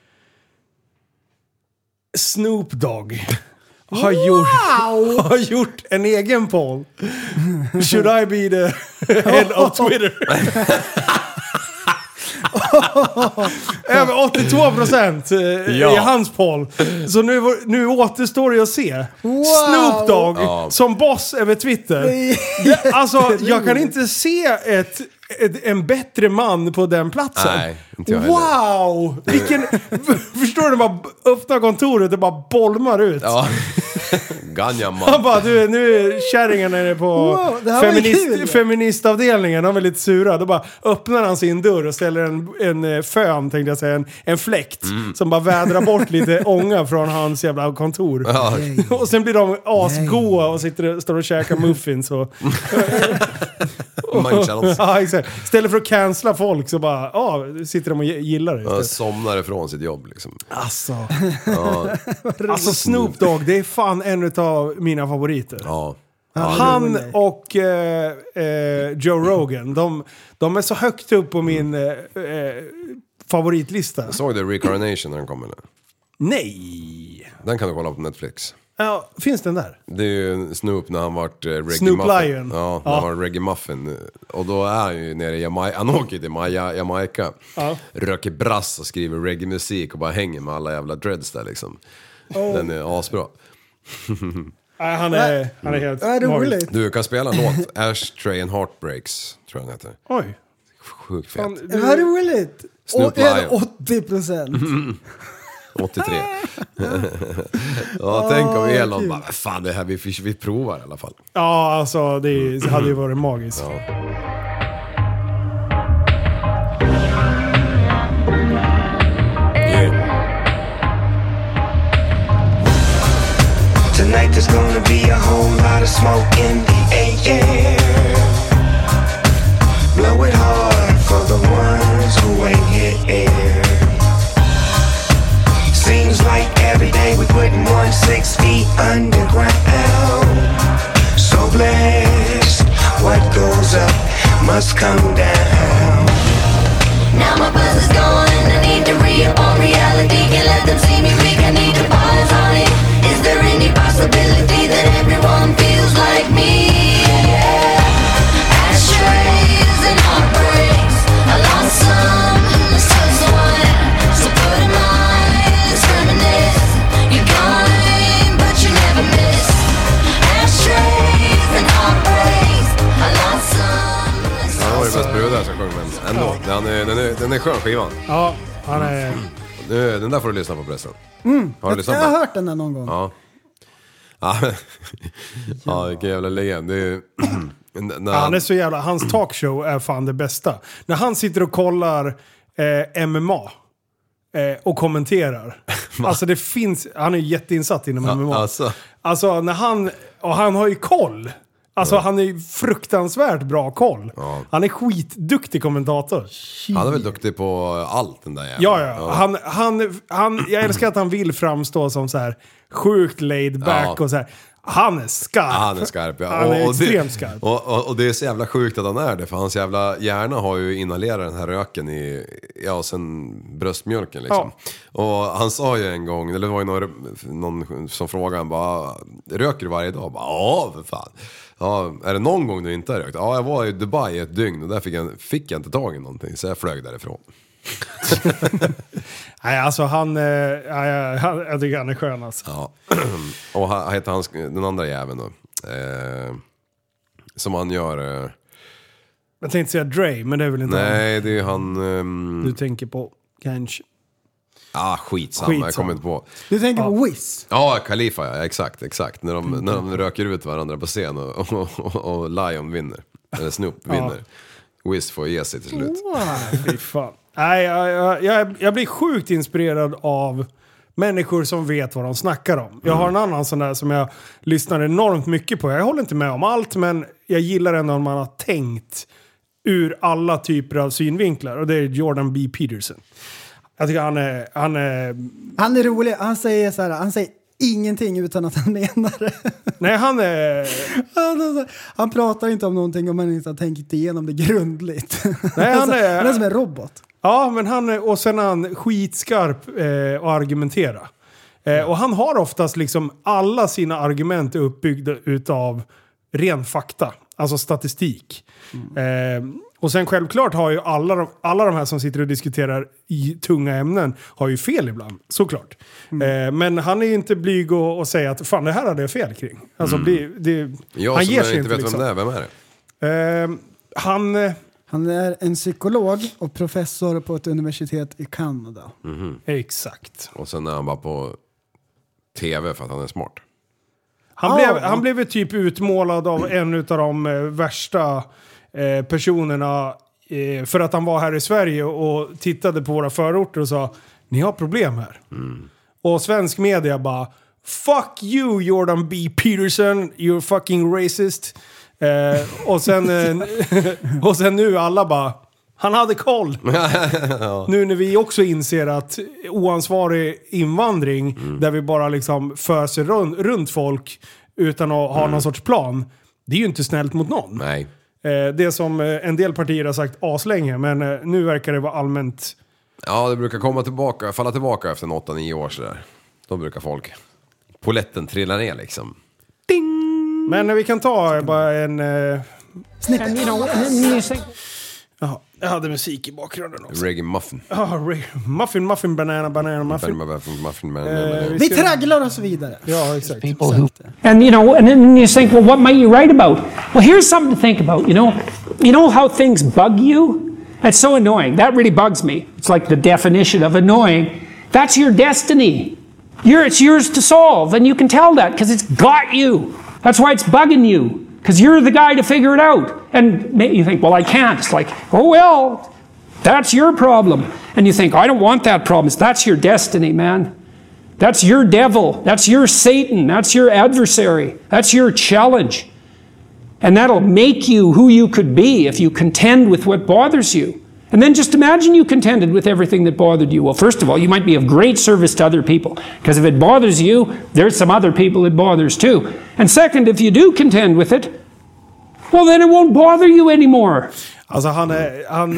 Snoop Dogg har gjort en egen poll. Should I be the head of Twitter? Över 82% i hans poll. Så nu återstår det att se Snoop Dogg som boss över Twitter. Alltså, jag kan inte se en bättre man på den platsen. Nej, inte jag heller. Wow! Förstår du? Bara öppnar kontoret och bara bolmar ut. Ja. Ganjaman. Han bara, nu är kärringen nere på det här var kul. feministavdelningen. De är lite sura. Då bara öppnar han sin dörr och ställer en fön, tänkte jag säga. En fläkt. Som bara vädrar bort lite ånga från hans jävla kontor. Ja. Och sen blir de asgoa och står och käkar muffins. Och ja, exakt. Istället för att cancella folk så bara, sitter de och gillar det. Ja, somnar ifrån sitt jobb liksom. Alltså. Ja. Alltså Snoop Dogg, det är fan en av mina favoriter. Ja. Han och Joe Rogan, de är så högt upp på min favoritlista. Såg du Reincarnation när den kom eller? Nej! Den kan du kolla på Netflix. Ja, finns den där? Det är ju Snoop när han vart Reggae Snoop Muffin. Lion. Ja, när han var Reggae Muffin. Och då är han ju nere i Jamaica. Han åker till Jamaica. Ja. Röker brass och skriver reggae-musik och bara hänger med alla jävla dreads där liksom. Den är asbra. Nej, han är helt roligt. Du kan spela en låt. Ashtray and Heartbreaks, tror jag den heter. Oj. Sjukt fet. Det var roligt. Snoop Lion. 80%. 83. Ja, tänk om Elon bara, fan det här vi provar i alla fall. Ja, alltså det hade ju varit magiskt. Ja. Tonight there's gonna be a whole lot of smoke in the air. Blow it hard for the ones who ain't here. Seems like every day we putting 6 feet underground. So blessed, what goes up must come down. Now my buzz is gone and I need to re-up on reality. Can't let them see me weak, I need to pause on it. Is there any possibility that everyone feels like me? Yeah. Ashtrays and heartbreaks, I lost some, let's touch one. So put in mind, let's reminisce. You're gone, but you never miss. Ashtrays and heartbreaks, I lost some, let's touch one. Han var ju mest brudar som sjöng, men ändå. Den är skön skivan. Ja, han är... Den där får du lyssna på pressen. Har du lyssnat Jag på har den? hört den där någon gång. Ja. Ja, vilken jävla legend. Det är Han är så jävla... Hans talkshow är fan det bästa. När han sitter och kollar MMA och kommenterar. Alltså det finns... Han är jätteinsatt inom MMA. Alltså när han... Och han har ju koll. Alltså han är fruktansvärt bra koll. Ja. Han är skitduktig kommentator. Han är väl duktig på allt den där jäveln. Ja. Jag älskar att han vill framstå som så här sjukt laid back och så här. Han är skarp. Han är skarp, ja. Han är extremt skarp. Och det är så jävla sjukt att han är det. För hans jävla hjärna har ju inhalerat den här röken sen bröstmjölken liksom. Ja. Och han sa ju en gång, eller det var ju någon som frågade han bara, röker du varje dag? Bara, ja, för fan. Ja, är det någon gång du inte har rökt? Ja, jag var i Dubai ett dygn och där fick jag inte tag i någonting. Så jag flög därifrån. Nej, alltså jag tycker han är skön alltså. Ja. Och han heter den andra jäveln då. Som han gör... Jag tänkte säga Dre, men det är väl inte nej, det är han... du tänker på, kanske. Skitsamma. Jag kommer inte på. Du tänker på Wiz? Ja, Khalifa, ja. Exakt. När de röker ut varandra på scen och Lion vinner. Eller Snoop vinner. Wiz får ge sig till slut. Fy fan. Nej, jag blir sjukt inspirerad av människor som vet vad de snackar om. Jag har en annan sån där som jag lyssnar enormt mycket på. Jag håller inte med om allt, men jag gillar ändå om man har tänkt ur alla typer av synvinklar. Och det är Jordan B. Peterson. Jag tycker han är rolig. Han säger så här, han säger ingenting utan att han menar det. Nej, han pratar inte om någonting om man inte har tänkt igenom det grundligt. Nej, han är som en robot. Ja, men och sen är han skitskarp att argumentera. Och han har oftast liksom alla sina argument uppbyggda utav ren fakta. Alltså statistik. Och sen självklart har ju alla de här som sitter och diskuterar i tunga ämnen har ju fel ibland, såklart. Men han är ju inte blyg och säga att fan, det här hade jag fel kring. Alltså, han ger sig inte vet liksom. Vem är det? Han är en psykolog och professor på ett universitet i Kanada. Exakt. Och sen är han bara på tv för att han är smart. Han blev typ utmålad av en av de värsta personerna för att han var här i Sverige och tittade på våra förorter och sa, ni har problem här. Och svensk media bara, fuck you Jordan B. Peterson, you're fucking racist. Och sen nu alla bara, han hade koll. Nu när vi också inser att oansvarig invandring där vi bara liksom föser runt folk utan att ha någon sorts plan, det är ju inte snällt mot någon. Nej. Det som en del partier har sagt aslänge, men nu verkar det vara allmänt. Ja, det brukar falla tillbaka efter 8-9 år sådär. Då brukar folk poletten trilla ner liksom. Ding! Men vi kan ta bara en Jaha, jag hade musik i bakgrunden också. Reggae muffin. Muffin, banana, muffin. Vi tragglar oss vidare. Ja, exakt. People who, and then you think, well, what might you write about? Well, here's something to think about. You know how things bug you? That's so annoying. That really bugs me. It's like the definition of annoying. That's your destiny. It's yours to solve, and you can tell that because it's got you. That's why it's bugging you. Because you're the guy to figure it out. And you think, well, I can't. It's like, oh, well, that's your problem. And you think, I don't want that problem. That's your destiny, man. That's your devil. That's your Satan. That's your adversary. That's your challenge. And that'll make you who you could be if you contend with what bothers you. And then just imagine you contended with everything that bothered you. Well, first of all, you might be of great service to other people. Because if it bothers you, there's some other people it bothers too. And second, if you do contend with it, well, then it won't bother you anymore. Alltså han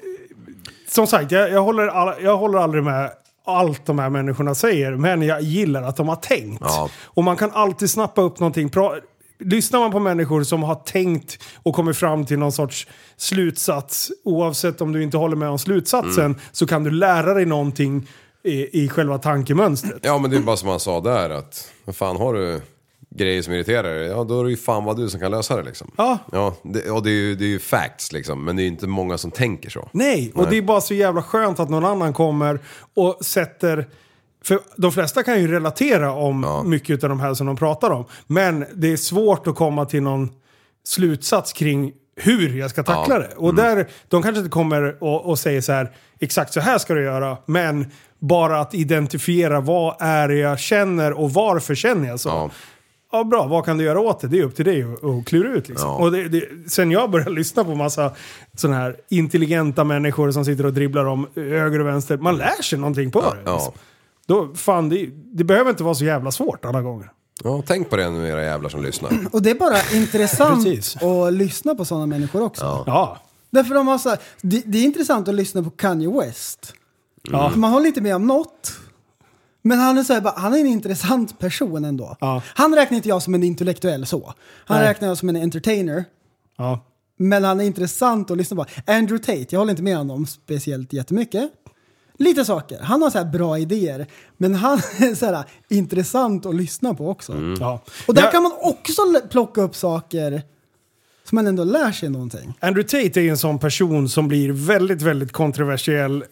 som sagt, jag håller aldrig med allt de här människorna säger, men jag gillar att de har tänkt. Ja. Och man kan alltid snappa upp någonting. Lyssnar man på människor som har tänkt och kommit fram till någon sorts slutsats, oavsett om du inte håller med om slutsatsen, så kan du lära dig någonting i själva tankemönstret. Ja, men det är bara som han sa där, att vad fan, har du grejer som irriterar dig, ja, då är det ju fan vad du som kan lösa det liksom. Ja, det är ju facts liksom, men det är ju inte många som tänker så. Nej, och det är bara så jävla skönt att någon annan kommer och sätter. För de flesta kan ju relatera om mycket av de här som de pratar om. Men det är svårt att komma till någon slutsats kring hur jag ska tackla det. Och där, de kanske inte kommer och säger så här, exakt så här ska du göra. Men bara att identifiera vad är det jag känner och varför känner jag så. Ja, bra, vad kan du göra åt det? Det är upp till dig att klura ut liksom. Och sen jag började lyssna på massa sådana här intelligenta människor som sitter och dribblar om höger och vänster. Man lär sig någonting på det. Liksom. Då, fan, det behöver inte vara så jävla svårt alla gånger. Ja, tänk på det nu, era jävlar som lyssnar. Och det är bara intressant att lyssna på sådana människor också. Ja. Därför de har så här, det är intressant att lyssna på Kanye West. Ja. Man håller inte med om något. Men han är så här, han är en intressant person ändå. Ja. Han räknar inte jag som en intellektuell så. Han räknar jag som en entertainer. Ja. Men han är intressant att lyssna på. Andrew Tate, jag håller inte med honom speciellt jättemycket. Lite saker. Han har så här bra idéer. Men han är så här intressant att lyssna på också. Ja. Och där kan man också plocka upp saker Så man ändå lär sig någonting. Andrew Tate är en sån person som blir väldigt, väldigt kontroversiell.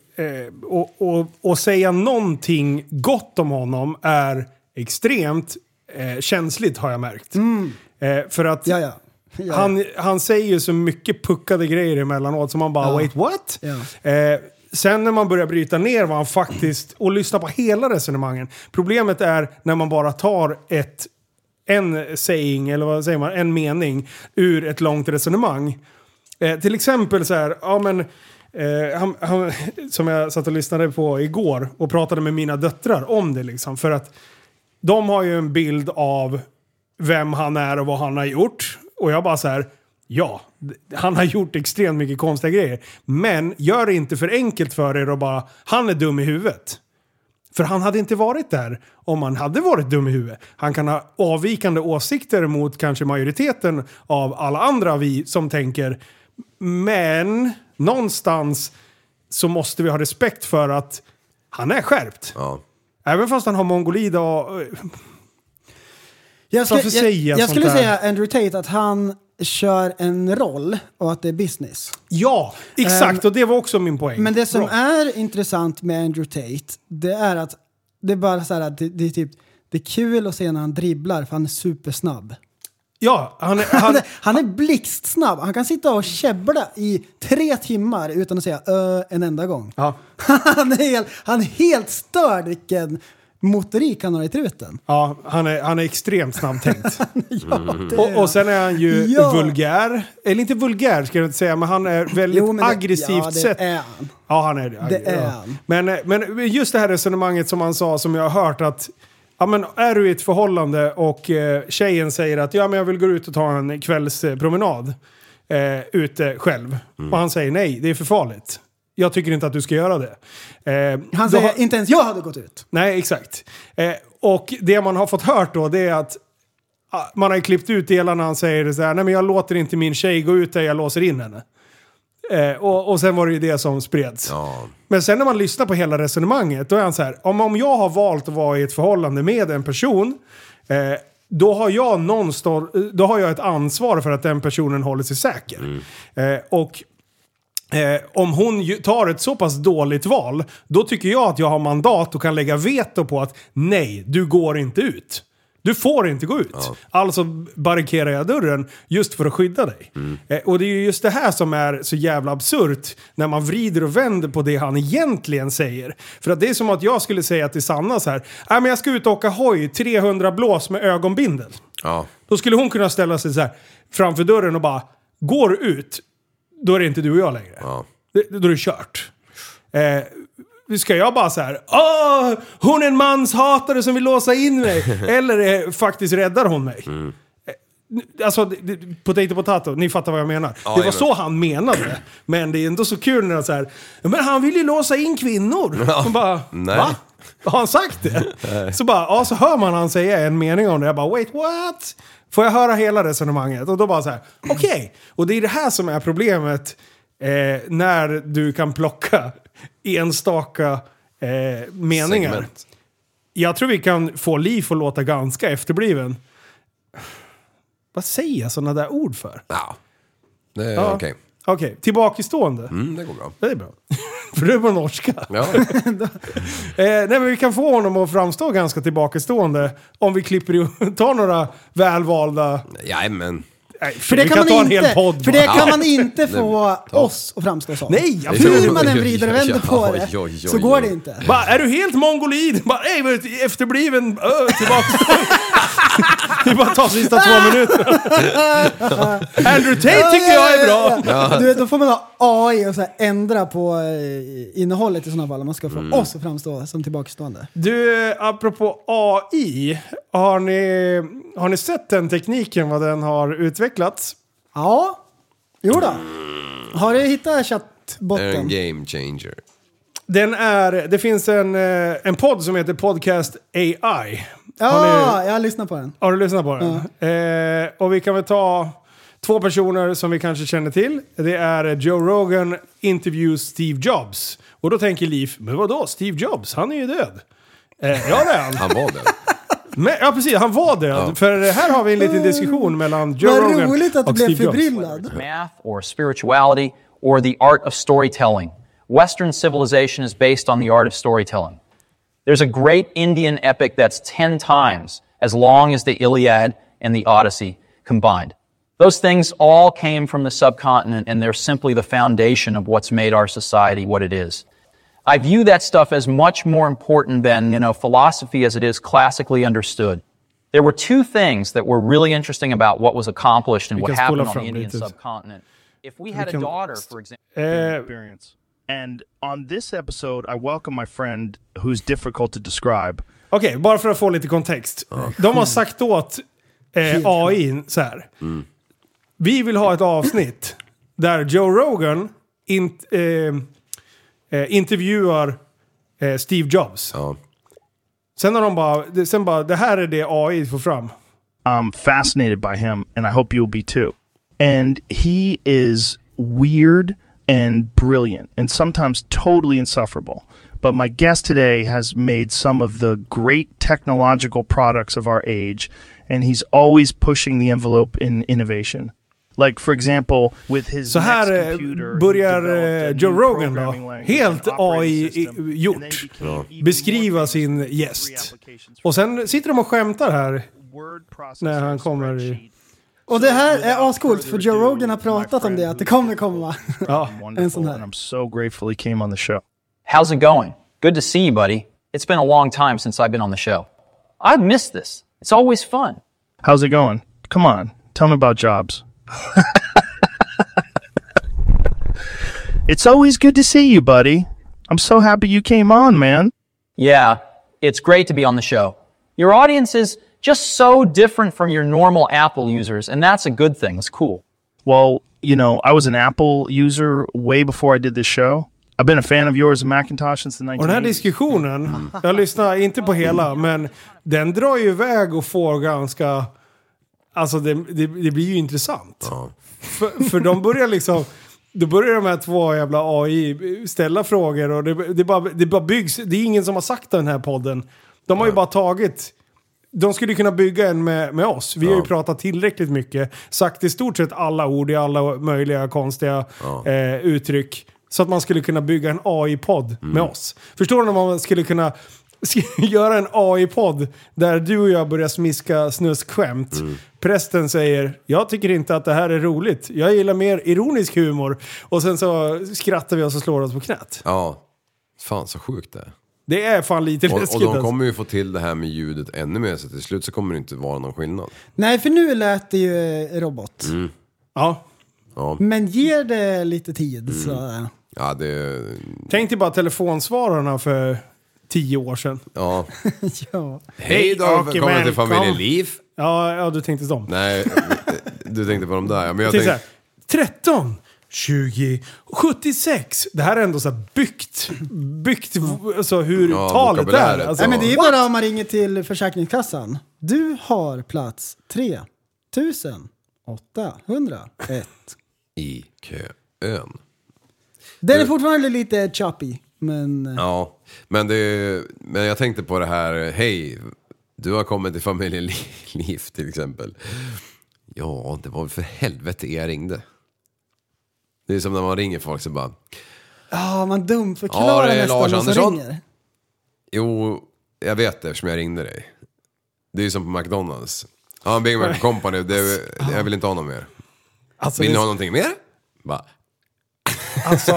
Och säga någonting gott om honom är extremt känsligt, har jag märkt. För att han säger ju så mycket puckade grejer emellanåt som man bara, wait, what? Sen när man börjar bryta ner vad han faktiskt, och lyssna på hela resonemangen. Problemet är när man bara tar en saying, eller vad säger man, en mening ur ett långt resonemang. Till exempel så här, han, som jag satt och lyssnade på igår och pratade med mina döttrar om det liksom, för att de har ju en bild av vem han är och vad han har gjort. Och jag bara så här, ja, han har gjort extremt mycket konstiga grejer. Men gör det inte för enkelt för er och bara, han är dum i huvudet. För han hade inte varit där om han hade varit dum i huvudet. Han kan ha avvikande åsikter mot kanske majoriteten av alla andra vi som tänker. Men någonstans så måste vi ha respekt för att han är skärpt. Ja. Även fast han har mongolid och... Jag skulle säga Andrew Tate att han kör en roll och att det är business. Ja, exakt. Och det var också min poäng. Men det som är intressant med Andrew Tate, det är att det är bara så här att det är typ, det är kul att se när han dribblar för han är supersnabb. Ja, han är blixtsnabb. Han kan sitta och käbbla i 3 timmar utan att säga en enda gång. Ja. Han är helt störd vilken motorik han har i truten. Ja, han är extremt snabbtänkt. Och sen är han ju vulgär. Eller inte vulgär ska jag inte säga, men han är väldigt aggressivt sätt. Är han. Ja, han är det. Det är han. Men just det här resonemanget som han sa, som jag har hört att ja, men är du i ett förhållande och tjejen säger att ja, men jag vill gå ut och ta en kvällspromenad ute själv. Och han säger nej, det är för farligt. Jag tycker inte att du ska göra det. Han säger inte ens jag hade gått ut. Nej, exakt. Och det man har fått hört då, det är att man har klippt ut delar när han säger så här, nej men jag låter inte min tjej gå ut där, jag låser in henne. Och sen var det ju det som spreds. Ja. Men sen när man lyssnar på hela resonemanget, då är han så här, om jag har valt att vara i ett förhållande med en person, då har jag ett ansvar för att den personen håller sig säker. Och om hon tar ett så pass dåligt val, då tycker jag att jag har mandat och kan lägga veto på att nej, du går inte ut. Du får inte gå ut. Ja. Alltså barrikerar jag dörren just för att skydda dig. Och det är ju just det här som är så jävla absurt när man vrider och vänder på det han egentligen säger. För att det är som att jag skulle säga till Sanna så här, men jag ska ut och åka hoj 300 blås med ögonbindel. Ja. Då skulle hon kunna ställa sig så här framför dörren och bara, går du ut, då är det inte du och jag längre. Ja. Då är det kört. Ska jag bara så här, hon är en manshatare som vill låsa in mig. Eller faktiskt räddar hon mig. Alltså, potato, ni fattar vad jag menar. Ja, det var så han menade. Men det är ändå så kul när han så här, men han vill ju låsa in kvinnor. Ja. Och bara, nej. Va? Har han sagt det? Nej. Så bara, så hör man han säga en mening om det. Jag bara, wait, what? Får jag höra hela resonemanget? Och då bara så här, okej. Och det är det här som är problemet när du kan plocka enstaka meningar. Segment. Jag tror vi kan få Liv att låta ganska efterbliven. Vad säger jag sådana där ord för? Ja, det är okej. Okej, tillbakastående. Det går bra. Det är bra. För det är på norska. Ja. Nej, men vi kan få honom att framstå ganska tillbakastående om vi tar några välvalda... Jajamän. För det kan man inte få oss att framstå så. Nej, hur man än vrider och vänder på det så går det inte. Är du helt mongolid? Efterbliven tillbaka. Vi bara tar sista 2 minuter. Andrew Tate tycker jag är bra. Ja. Du vet, då får man ha AI och så här ändra på innehållet i sådana fall. Man ska få oss att framstå som tillbakastående. Du, apropå AI, har ni sett den tekniken, vad den har utvecklats? Ja, jo då. Har du hittat chattbotten? Det är en game changer. Det finns en podd som heter Podcast AI. Ja, jag har lyssnat på den. Har du lyssnat på den? Ja. Och vi kan väl ta 2 personer som vi kanske känner till. Det är Joe Rogan interviews Steve Jobs. Och då tänker Liv, men vadå? Steve Jobs, han är ju död. Ja, det är han. Han var död. Men, ja, precis. Han var död. För här har vi en liten diskussion mellan Joe Rogan och Steve Jobs. Vad roligt att du blev förbryllad. Math or spirituality or the art of storytelling. Western civilization is based on the art of storytelling. There's a great Indian epic that's 10 times as long as the Iliad and the Odyssey combined. Those things all came from the subcontinent, and they're simply the foundation of what's made our society what it is. I view that stuff as much more important than, philosophy as it is classically understood. There were two things that were really interesting about what was accomplished and what happened on the Indian subcontinent. If we had a daughter, for example... experience. And on this episode, I welcome my friend who's difficult to describe. Okej, bara för att få lite kontext. De har sagt åt AI så här. Vi vill ha ett avsnitt där Joe Rogan intervjuar Steve Jobs. Sen har de bara, det här är det AI får fram. I'm fascinated by him, and I hope you'll be too. And he is weird and brilliant, and sometimes totally insufferable. But my guest today has made some of the great technological products of our age, and he's always pushing the envelope in innovation. Like, for example, with his så här börjar Joe Rogan då, helt AI-gjort, beskriva sin gäst. Och sen sitter de och skämtar här när han kommer i... Och det här är ascoolt, för Joe Rogan har pratat om det, att det kommer komma en sån här. I'm so grateful he came on the show. How's it going? Good to see you, buddy. It's been a long time since I've been on the show. I've missed this. It's always fun. How's it going? Come on, tell me about Jobs. It's always good to see you, buddy. I'm so happy you came on, man. Yeah, it's great to be on the show. Your audience is just so different from your normal Apple users, and that's a good thing. It's cool. Well, I was an Apple user way before I did this show. I've been a fan of yours and Macintosh since the 1980s. Och den här diskussionen, jag lyssnar inte på hela, men den drar ju iväg och får ganska... Alltså det blir ju intressant. Ja. För de börjar liksom... Då börjar de här två jävla AI ställa frågor och det bara byggs. Det är ingen som har sagt den här podden. De har ju bara tagit... De skulle kunna bygga en med oss. Vi har ju pratat tillräckligt mycket. Sagt i stort sett alla ord i alla möjliga konstiga uttryck. Så att man skulle kunna bygga en AI-podd med oss. Förstår ni om man skulle kunna göra en AI-podd där du och jag börjar smiska snuskskämt. Prästen säger, jag tycker inte att det här är roligt. Jag gillar mer ironisk humor. Och sen så skrattar vi och så slår oss på knät. Ja, fan så sjukt det. Det är fan lite läskigt. Och de kommer ju få till det här med ljudet ännu mer, så till slut så kommer det inte vara någon skillnad. Nej, för nu lät det ju robot. Ja. Men ger det lite tid så... Ja, det... Tänk dig bara telefonsvararna för 10 år sedan. Ja. Ja. Hej då, välkommen till Familjeliv. Ja, du tänkte dem. Nej, du tänkte på de där. Ja, men jag tänkte 13, 20, 76. Det här är ändå så här byggt alltså hur talet är. Alltså. Nej, men det är bara om man ringer till Försäkringskassan. Du har plats 3801 i kön. Den är fortfarande lite choppy, men... Ja, men jag tänkte på det här. Hej, du har kommit till Familjeliv till exempel. Ja, det var för helvete jag ringde. Det är som när man ringer folk så bara... Ja, man dumförklarar nästan Lars när Andersson ringer. Jo, jag vet det eftersom jag ringde dig. Det är ju som på McDonalds. Ja, Big Mac Company, jag vill inte ha någon mer. Alltså, vill ni ha någonting mer? Bara... Alltså,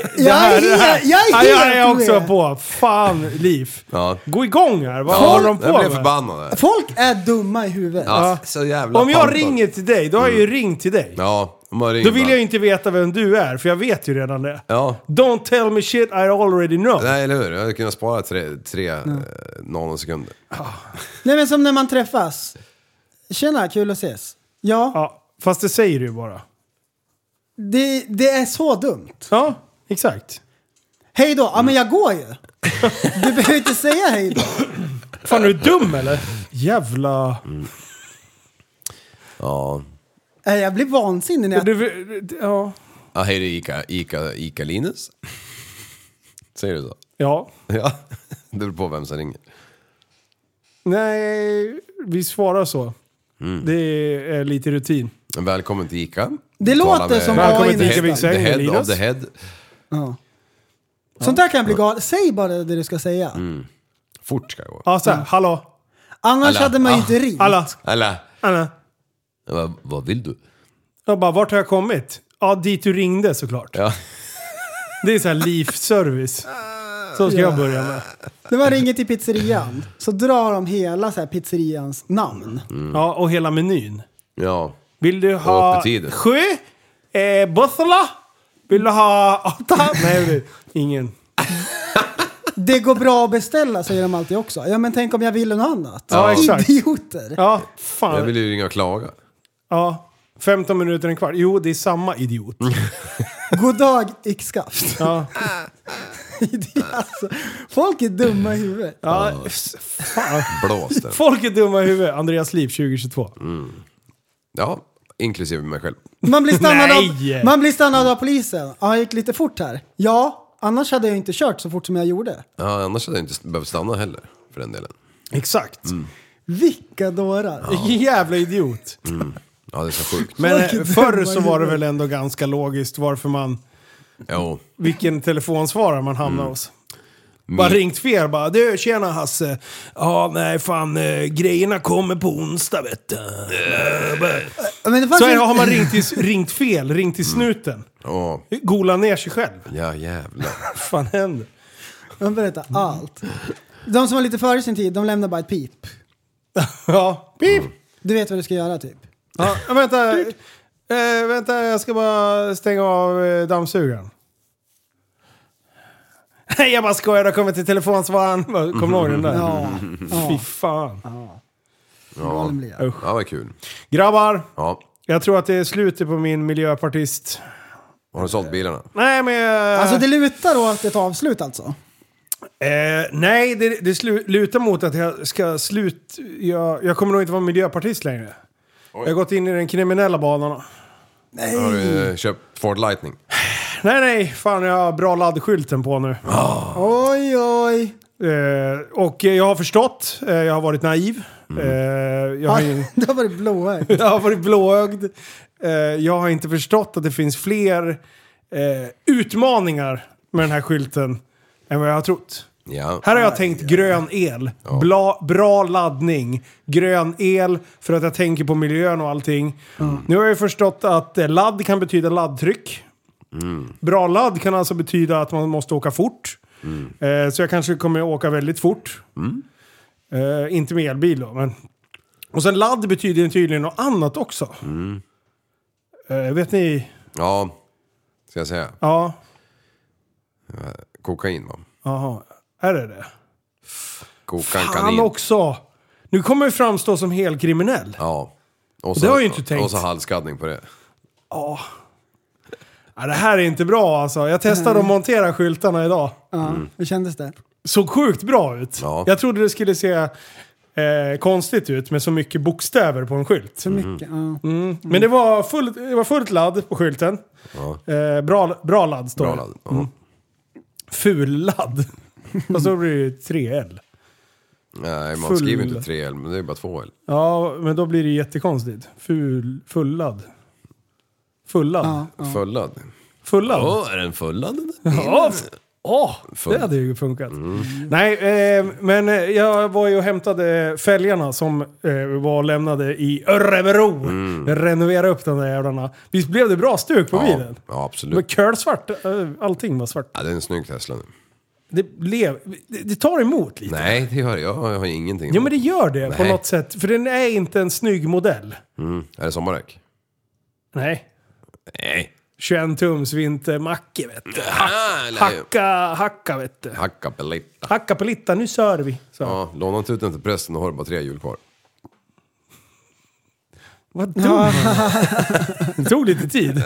jag är också på. Fan, Liv. Ja. Gå igång här. Vad håller de på med? Jag blir förbannad. Folk är dumma i huvudet. Ja, så jävla om jag ringer till dig, då har jag ju ringt till dig. Ja, då vill jag ju inte veta vem du är, för jag vet ju redan det. Ja. Don't tell me shit I already know. Nej, eller hur? Jag hade kunnat spara 3 nanosekunder. Nej, men som när man träffas. Tjena, kul att ses. Ja, fast det säger du ju bara. Det är så dumt. Ja, exakt. Hej då. Ja, men jag går ju. Du behöver inte säga hej då. Fan, är du dum eller? Jävla... Ja. Jag blir vansinnig när Ja, hej det är Ica Linus. Säger du så? Ja. Ja, det beror på vem som ringer. Nej, vi svarar så. Det är lite rutin. Välkommen till Ica. Det låter som välkommen till Ica The Vixäng, head Linus. of the head. Ja. Sånt där kan jag bli galen. Säg bara det du ska säga. Fort ska jag gå. Ja, så här, hallå. Annars Alla. hade man ju inte ringt. Alla. Alla. Vad vill du? Jag bara, vart har jag kommit? Ja, dit du ringde såklart. Ja. Det är så här livsservice. Så ska jag börja med. När man ringer till pizzerian så drar de hela så här pizzerians namn. Ja, och hela menyn. Ja. Vill du ha öppettider. 7? Buffalo? Vill du ha 8? Nej, det är ingen. Det går bra att beställa, säger de alltid också. Ja, men tänk om jag ville något annat. Ja, exakt. Idioter. Ja, fan. Jag vill ju ringa och klaga. Ja, 15 minuter, en kvart. Jo, det är samma idiot. God dag, yxskaft. Ja. Alltså, folk är dumma i huvudet. Ja, fan. Blåsten. Folk är dumma i huvudet. Andreas liv 2022. Ja, inklusive mig själv. Man Nej! man blir stannad av polisen. Ja, gick lite fort här. Ja, annars hade jag inte kört så fort som jag gjorde. Ja, annars hade jag inte behövt stanna heller, för den delen. Exakt. Vilka dårar. Vilken jävla idiot. Ja, det är så sjukt. Men Folk är förr dumma så i var det huvudet. väl ändå ganska logiskt varför man... Jo. Vilken telefonsvarare man hamnar hos. Bara ringt fel, bara du, tjena Hasse. Ja, nej fan, grejerna kommer på onsdag, vet du. Men det fanns Så har man ringt fel, ringt till snuten. Ja. Gola ner sig själv. Ja, jävlar. Vad fan händer? Man berättar allt. De som var lite före sin tid, de lämnar bara ett pip. Ja, pip! Du vet vad du ska göra typ. Ja, vänta, jag ska bara stänga av dammsugaren. Nej, jag bara skojar, jag kommer till telefonsvararen. Kommer du ihåg den där? Ja. Fy fan. Ja, ja, vad kul. Grabbar, Ja. jag tror att det är slutet på min miljöpartist. Har du sålt bilarna? Nej, men... Alltså det lutar åt ett avslut alltså. Nej, det lutar mot att jag ska jag kommer nog inte vara miljöpartist längre. Jag har gått in i den kriminella banan. Nej. Har du köpt Ford Lightning? Nej, fan jag har bra laddskylten på nu. Oj, oj. Och jag har förstått, jag har varit naiv. Jag har varit blåögd. Jag har varit blåögd. Jag har inte förstått att det finns fler utmaningar med den här skylten än vad jag har trott. Ja. Här har jag tänkt grön el. Bra laddning. Grön el för att jag tänker på miljön och allting. Nu har jag förstått att ladd kan betyda laddtryck. Bra ladd kan alltså betyda att man måste åka fort. Så jag kanske kommer åka väldigt fort. Inte med elbil då. Men... Och sen ladd betyder tydligen något annat också. Vet ni? Ja, ska jag säga. Ja. Kokain, va? Jaha. Är det? Kokain, Fan kanin. också. Nu kommer jag framstå som helt kriminell. Ja. Och det har jag ju inte tänkt. Och så halsskaddning på det. Ja. Ja, det här är inte bra alltså. Jag testade att montera skyltarna idag. Ja, hur kändes det? Såg sjukt bra ut. Ja. Jag trodde det skulle se konstigt ut med så mycket bokstäver på en skylt. Så mycket, ja. Men det var fullt ladd på skylten. Ja. Bra ladd står Bra det. ladd. Ja. Ful ladd. Och så blir det 3L. Nej, man skriver inte 3L, men det är bara 2L. Ja, men då blir det jättekonstigt. Fullad. Fullad. Ja. Fullad. Fullad. Är den fullad? Ja, det hade ju funkat. Nej, men jag var ju och hämtade fälgarna som var lämnade i Örebro. Renovera upp de där jävlarna. Visst blev det bra stuk på bilen? Ja, Det var absolut. kölsvart. Allting var svart. Ja, det är en snygg Tesla nu. Det tar emot lite. Nej, det gör jag. Jag har ingenting. Ja, men det gör det på Nej. något sätt. För den är inte en snygg modell. Är det sommardäck? Nej. Nej. 21 tums vintermacke, vet du. Hacka, vet du. Hacka pelitta. Hacka på litta, nu sör vi. Så. Ja, låna inte ut den till prästen och har bara 3 hjul kvar. Vad dum. Det tog lite tid.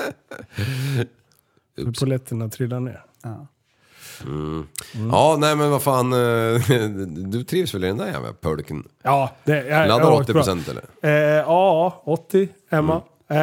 Poletterna trillar ner. Ja, nej men vad fan. Du trivs väl i den där jävla pölken? Ja, jag Laddar har 80% eller? Ja, 80 hemma.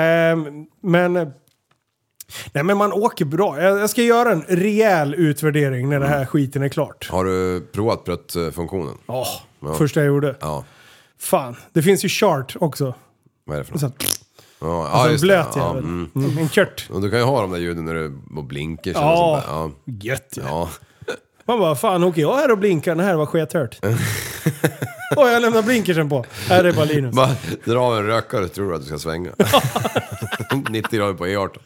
Men man åker bra. Jag ska göra en rejäl utvärdering när det här skiten är klart. Har du provat prutt-funktionen? Ja. Första jag gjorde. Ja. Fan, det finns ju chart också. Vad är det för något? Så, Ja, alltså en just det. blöt Ja, jävel. En kört. Och du kan ju ha de där ljuden när du blinkar. Ja, ja. gött. Ja. Man bara, fan åker jag här och blinkar? Den här var skethört. Jag lämnar blinkersen på. Här är bara Linus. Bara dra av en rökare, tror du att du ska svänga. 90 grader på E18.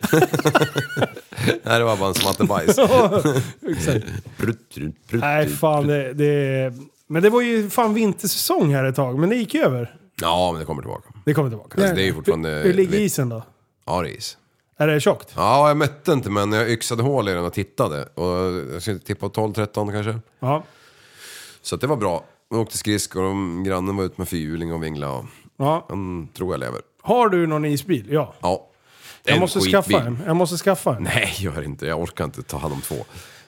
Nej, det var bara en smattebajs. Exakt. Prutt. Nej, fan men det var ju fan vintersäsong här ett tag. Men det gick över. Ja, men det kommer tillbaka. Det kommer tillbaka. Alltså, det är ju fortfarande... Hur ligger isen då? Ja, det är is. Är det tjockt? Ja, jag mätte inte, men jag yxade hål i den och tittade. Och jag skulle tippa 12-13 kanske. Ja. Så att det var bra. Jag åkte skridskor och grannen var ute med fyrhjuling och vingla. Och Ja. han tror jag lever. Har du någon isbil? Ja. Ja. Jag måste skaffa en. Nej, gör inte. Jag orkar inte ta hand om 2.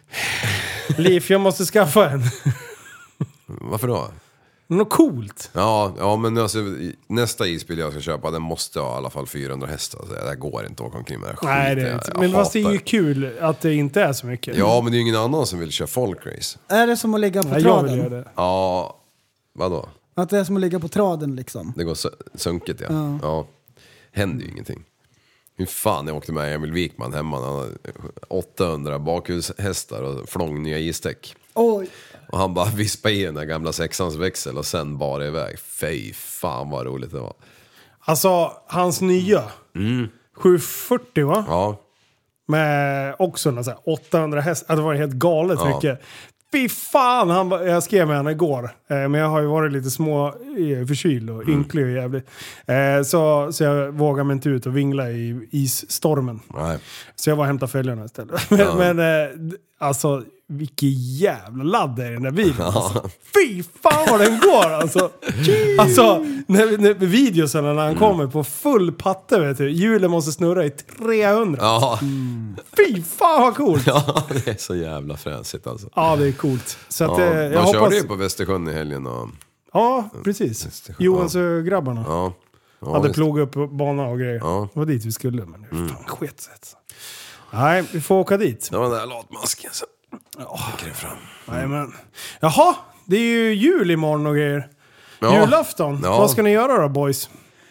Liv, jag måste skaffa en. Varför då? Något coolt. Ja, men alltså, nästa isbil jag ska köpa, den måste ha i alla fall 400 hästar. Så det går inte att åka omkring med det här. Nej, det är inte. Men fast det är ju kul att det inte är så mycket. Ja, men det är ju ingen annan som vill köra folkrace. Är det som att ligga på Nej, traden? jag vill göra det. Ja, vadå? Att det är som att ligga på traden liksom? Det går sunket, ja. Händer ju ingenting. Hur fan jag åkte med Emil Wikman hemma. Han hade 800 bakhjulshästar och flång nya isdäck. Oj. Och han bara vispade i den där gamla 6ans växel och sen bara iväg. Fy fan vad roligt det var. Alltså, hans nya. 740 va? Ja. Med också någon så här 800 hästar. Det var helt galet mycket. Fy fan, jag skrev med honom igår. Men jag har ju varit lite förkyld och ynklig och jävligt. Så jag vågar mig inte ut och vingla i isstormen. Nej. Så jag var och hämtade fälgarna istället. Men alltså, vilken jävla ladd är den där bilen. Alltså. Fy fan vad den går alltså. Alltså, när videosen när han kommer på full patte, vet du. Hjulen måste snurra i 300. Ja. Fy fan vad coolt. Ja, det är så jävla fräsigt alltså. Ja, det är coolt. Så att, jag hoppas... körde ju på Västersjön i helgen och... Ja, precis. Johans grabbarna. Ja. Hade plogat upp bana och grejer. Ja. Det var dit vi skulle, men nu fan sket sig. Nej, vi får åka dit. Det var den där latmasken så. Tänker det fram. Nej, men. Jaha, det är ju jul imorgon och grejer. Ja. Julafton. Ja. Vad ska ni göra då, boys?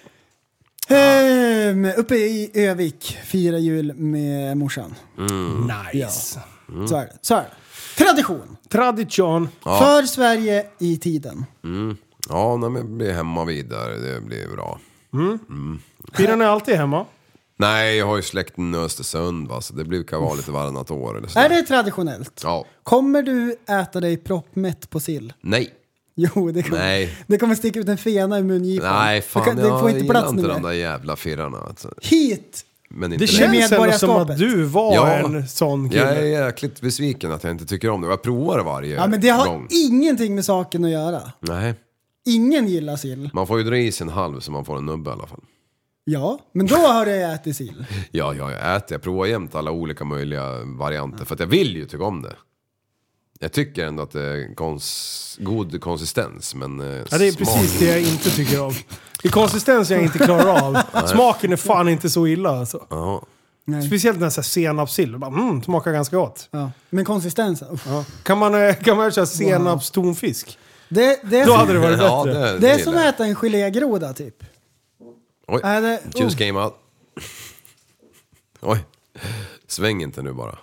Uppe i Övik, fira jul med morsan. Nice. Ja. Så är det. Så är det. Tradition. Ja. För Sverige i tiden. Ja, när man blir hemma vidare, det blir bra. Firar ni alltid hemma? Nej, jag har ju släkten i Östersund, va, så det brukar vara lite varannat år. Eller så. Är det traditionellt? Ja. Kommer du äta dig proppmätt på sill? Nej. Jo, det kommer sticka ut en fena i mungipan. Nej, fan, det får inte plats inte nu de mer. där jävla firarna. Alltså. Hit! Men inte Det känns ändå som att du var en sån kille. Jag är jäkligt besviken att jag inte tycker om det. Jag provar det varje Ja, men det har gång. ingenting med saken att göra. Nej. Ingen gillar sill. Man får ju dra i sig en halv så man får en nubbe i alla fall. Ja, men då har du ätit sill. Ja, jag äter. Jag provar jämt alla olika möjliga varianter. För att jag vill ju tycka om det. Jag tycker ändå att det är god konsistens, men ja, det är precis det jag inte tycker om. Det är konsistens jag inte klarar av. Smaken är fan inte så illa alltså. Ja. Speciellt när det är senapssill. Smakar ganska gott. Ja. Men konsistensen. Ja. Kan man köra senapstonfisk? Då hade det varit bättre. Det är som att äta en gelégroda typ. Oj, juice came out. Oj, sväng inte nu bara.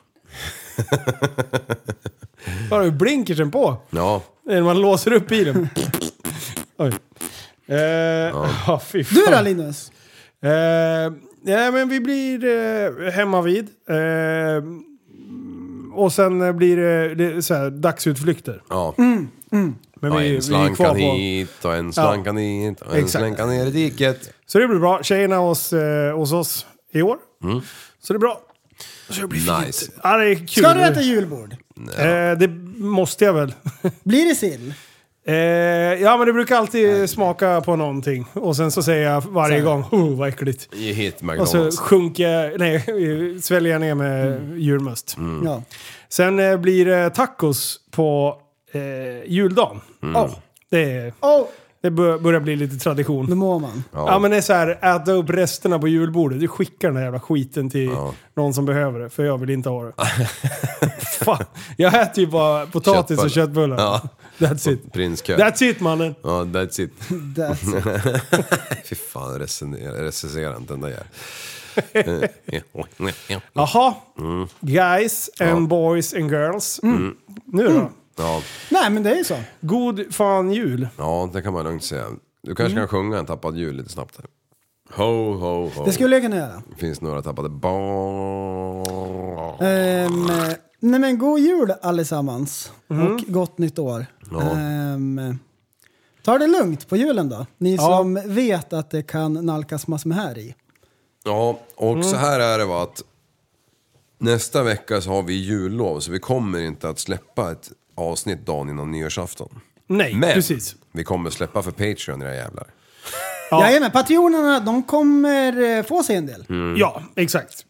Bara du blinkersen på. Ja. När man låser upp bilen. Oj. Fy fan. Du då, Linus? Ja, men vi blir hemma vid. Och sen blir det så här, dagsutflykter. Ja. Men en slankan hit och en slankan hit och en slankan ner i diket. Så det blir bra. Tjejerna hos oss i år. Så det är bra. Så det blir nice. Fint. Ja, det är kul. Ska du äta julbord? Det måste jag väl. Blir det sill? Ja, men det brukar alltid smaka på någonting. Och sen så säger jag varje gång, vad äckligt. Och så sväljer jag ner med julmust. Ja. Sen blir det tacos på juldagen. Det börjar bli lite tradition. Det må man. Ja, men det är så här, äta upp resterna på julbordet. Du skickar den här jävla skiten till någon som behöver det. För jag vill inte ha det. Fan. Jag äter ju bara potatis och köttbullar. That's it. Prinskör. That's it, mannen. Ja, that's it. That's it. Fy fan, recenserar inte den där. Jaha. Guys and boys and girls. Nu då? Ja. Nej, men det är ju så. God fan jul. Ja, det kan man lugnt säga. Du kanske kan sjunga en tappad jul lite snabbt här. Ho, ho, ho. Det skulle jag kunna göra. Det finns några tappade barn. Nej men god jul allesammans. Och gott nytt år. Ja. Ta det lugnt på julen då. Ni som vet att det kan nalkas massor med här i. Ja, och så här är det va att nästa vecka så har vi jullov, så vi kommer inte att släppa ett avsnitt dagen innan nyårsafton. Nej, men precis. Vi kommer släppa för Patreon, era jävlar. Ja, men Patreonerna, de kommer få sig en del. Ja, exakt.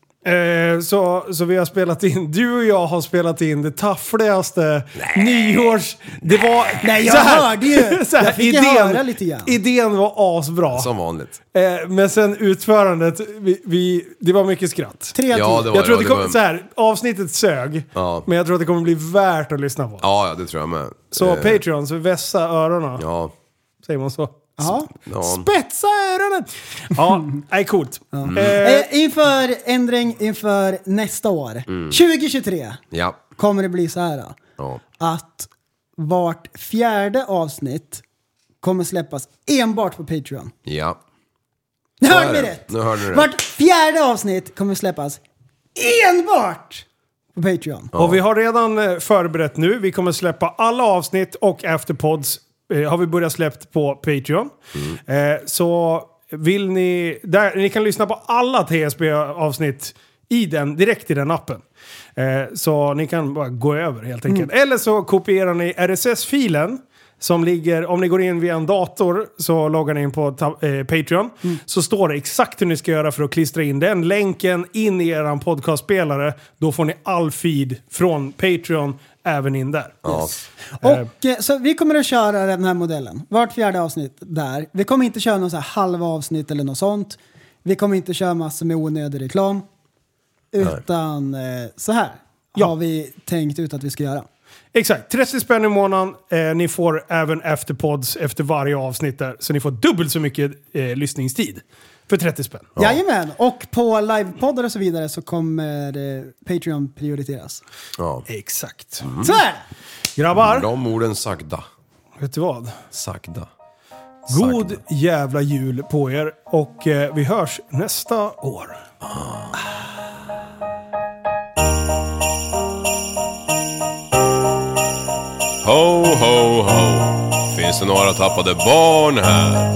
Så vi har spelat in, du och jag har spelat in det taffligaste nyårs... Det var... Nej, jag hörde ju! Så här, jag fick höra lite grann. Idén var asbra. Som vanligt. Men sen utförandet, det var mycket skratt. Ja, det var jag tror att det var... så här, avsnittet sög, men jag tror att det kommer bli värt att lyssna på. Ja, det tror jag med. Så Patreon, så vässa öronen. Ja. Säger man så? Ja. Spetsa öronen! Ja, är coolt. Inför ändring inför nästa år. 2023 kommer det bli så här att vart fjärde avsnitt kommer släppas enbart på Patreon. Ja. Nu hörde ni rätt. Vart fjärde avsnitt kommer släppas enbart på Patreon. Och vi har redan förberett nu. Vi kommer släppa alla avsnitt och afterpods har vi börjat släppt på Patreon. Så vill ni... ni kan lyssna på alla TSB-avsnitt direkt i den appen. Så ni kan bara gå över helt enkelt. Eller så kopierar ni RSS-filen som ligger... Om ni går in via en dator så loggar ni in på Patreon. Så står det exakt hur ni ska göra för att klistra in den länken in i er podcastspelare. Då får ni all feed från Patreon även in där. Yes. Och så vi kommer att köra den här modellen. Vart fjärde avsnitt där. Vi kommer inte köra någon så här halva avsnitt eller något sånt. Vi kommer inte köra massor med onödig reklam. Utan så här har vi tänkt ut att vi ska göra. Exakt, 30 spänn i månaden. Ni får även efterpods efter varje avsnitt där. Så ni får dubbelt så mycket lyssningstid för 30 spänn. Ja. Jajamän, och på livepoddar och så vidare så kommer Patreon prioriteras. Ja. Exakt. Så här! Grabbar. De orden sagda. Vet du vad? Sagda. God jävla jul på er. Och vi hörs nästa år. Ho, ho, ho. Finns det några tappade barn här?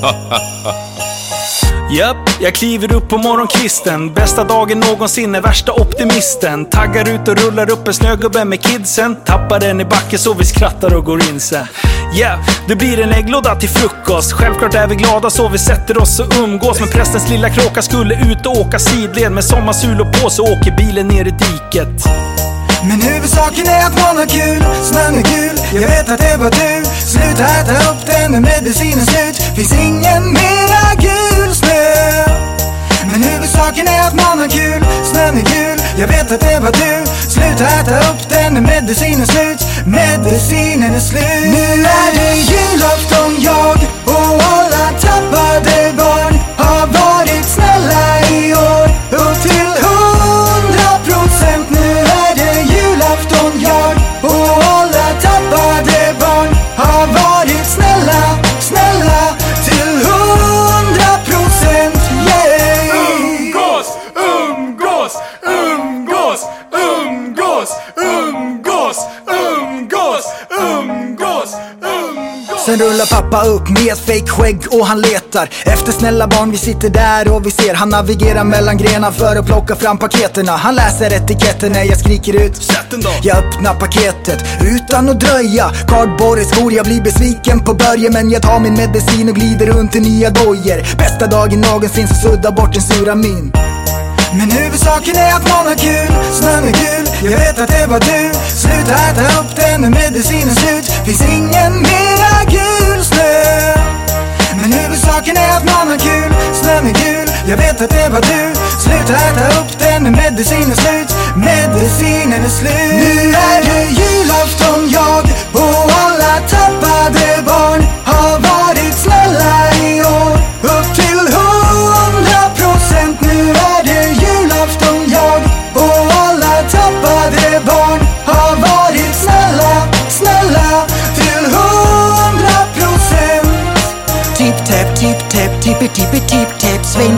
Japp, jag kliver upp på morgonkvisten. Bästa dagen någonsin är värsta optimisten. Taggar ut och rullar upp en snögubbe med kidsen. Tappar den i backen så vi skrattar och går in sen. Det blir en ägglåda till frukost. Självklart är vi glada så vi sätter oss och umgås. Men prästens lilla kråka skulle ut och åka sidled. Med sommarsulor på så åker bilen ner i diket. Men huvudsaken är att man har kul, snön är gul, jag vet att det var du. Sluta äta upp den när medicinen slut, finns ingen mera gul snö. Men huvudsaken är att man har kul, snön är gul, jag vet att det var du. Sluta äta upp den när medicinen slut, medicinen är slut. Nu är det julafton, jag och alla tappade barn har varit snälla i år upp till 100%. Nu är det julafton, jag och alla tappade barn har varit snälla, snälla till 100%. Yeah! Umgås, umgås, umgås, umgås, umgås, umgås, umgås, umgås. Sen rullar pappa upp med ett fake skägg och han letar efter snälla barn. Vi sitter där och vi ser han navigerar mellan grenar för att plocka fram paketerna. Han läser etiketten när jag skriker ut sätt den då. Jag öppnar paketet utan att dröja. Cardboard i skor, jag blir besviken på början. Men jag tar min medicin och glider runt i nya dojor. Bästa dagen någonsin så sudda bort en sura min. Men huvudsaken är att man har kul, snön är gul, jag vet att det var du. Sluta äta upp den när medicinen slut, finns ingen mera gul snö. Men huvudsaken är att man har kul, snön är gul, jag vet att det var du. Sluta äta upp den när medicinen slut, medicinen är slut. Nu är det julafton, jag och alla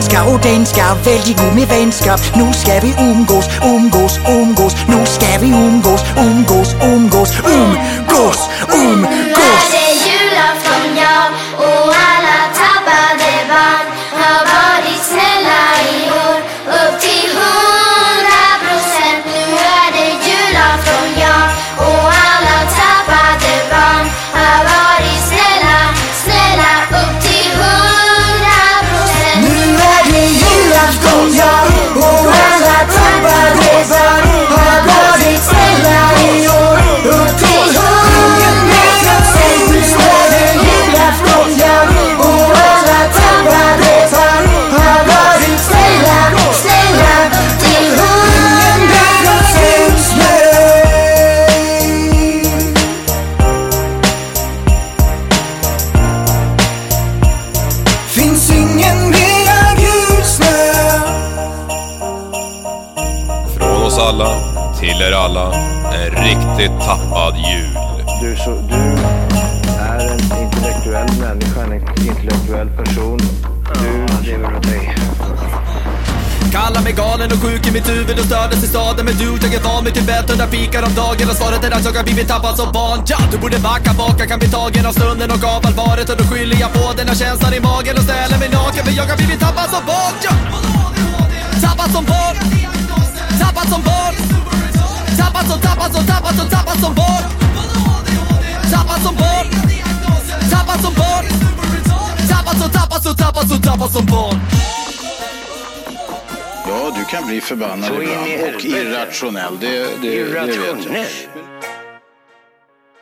svenska och danska, väldigt god med vänskap. Nu ska vi umgås. Nu ska vi umgås. Nu är det julafton, ja, och alla tappade band har varit snälla i år, upp till 100%. Nu är det julafton, ja, och alla tappade band har varit snälla, upp till 100%. Nu är det julafton, ja, och alla tappade band har varit snälla i år, upp till 100%. Finns ingen mera julsnö. Från oss alla till er alla, en riktigt tappad jul. Du är en intellektuell människa, en intellektuell person. Du lever med dig. Kallar mig galen och sjuk i mitt huvud och stördes i staden. Men du, jag är van vid Tibet under fikar om dagen. Och svaret är att jag har blivit tappad som barn. Ja, du borde backa bak, jag kan bli tagen av stunden och av allvaret. Och då skyller jag på den här känslan i magen och ställer mig naken. För jag har blivit tappad som barn. Ja. Tappad som barn. Tappad som barn. Tappad som barn. Tappad som barn. Tappad som barn. Tappad som barn. Ja, du kan bli förbannad ibland och irrationell. Det vet jag.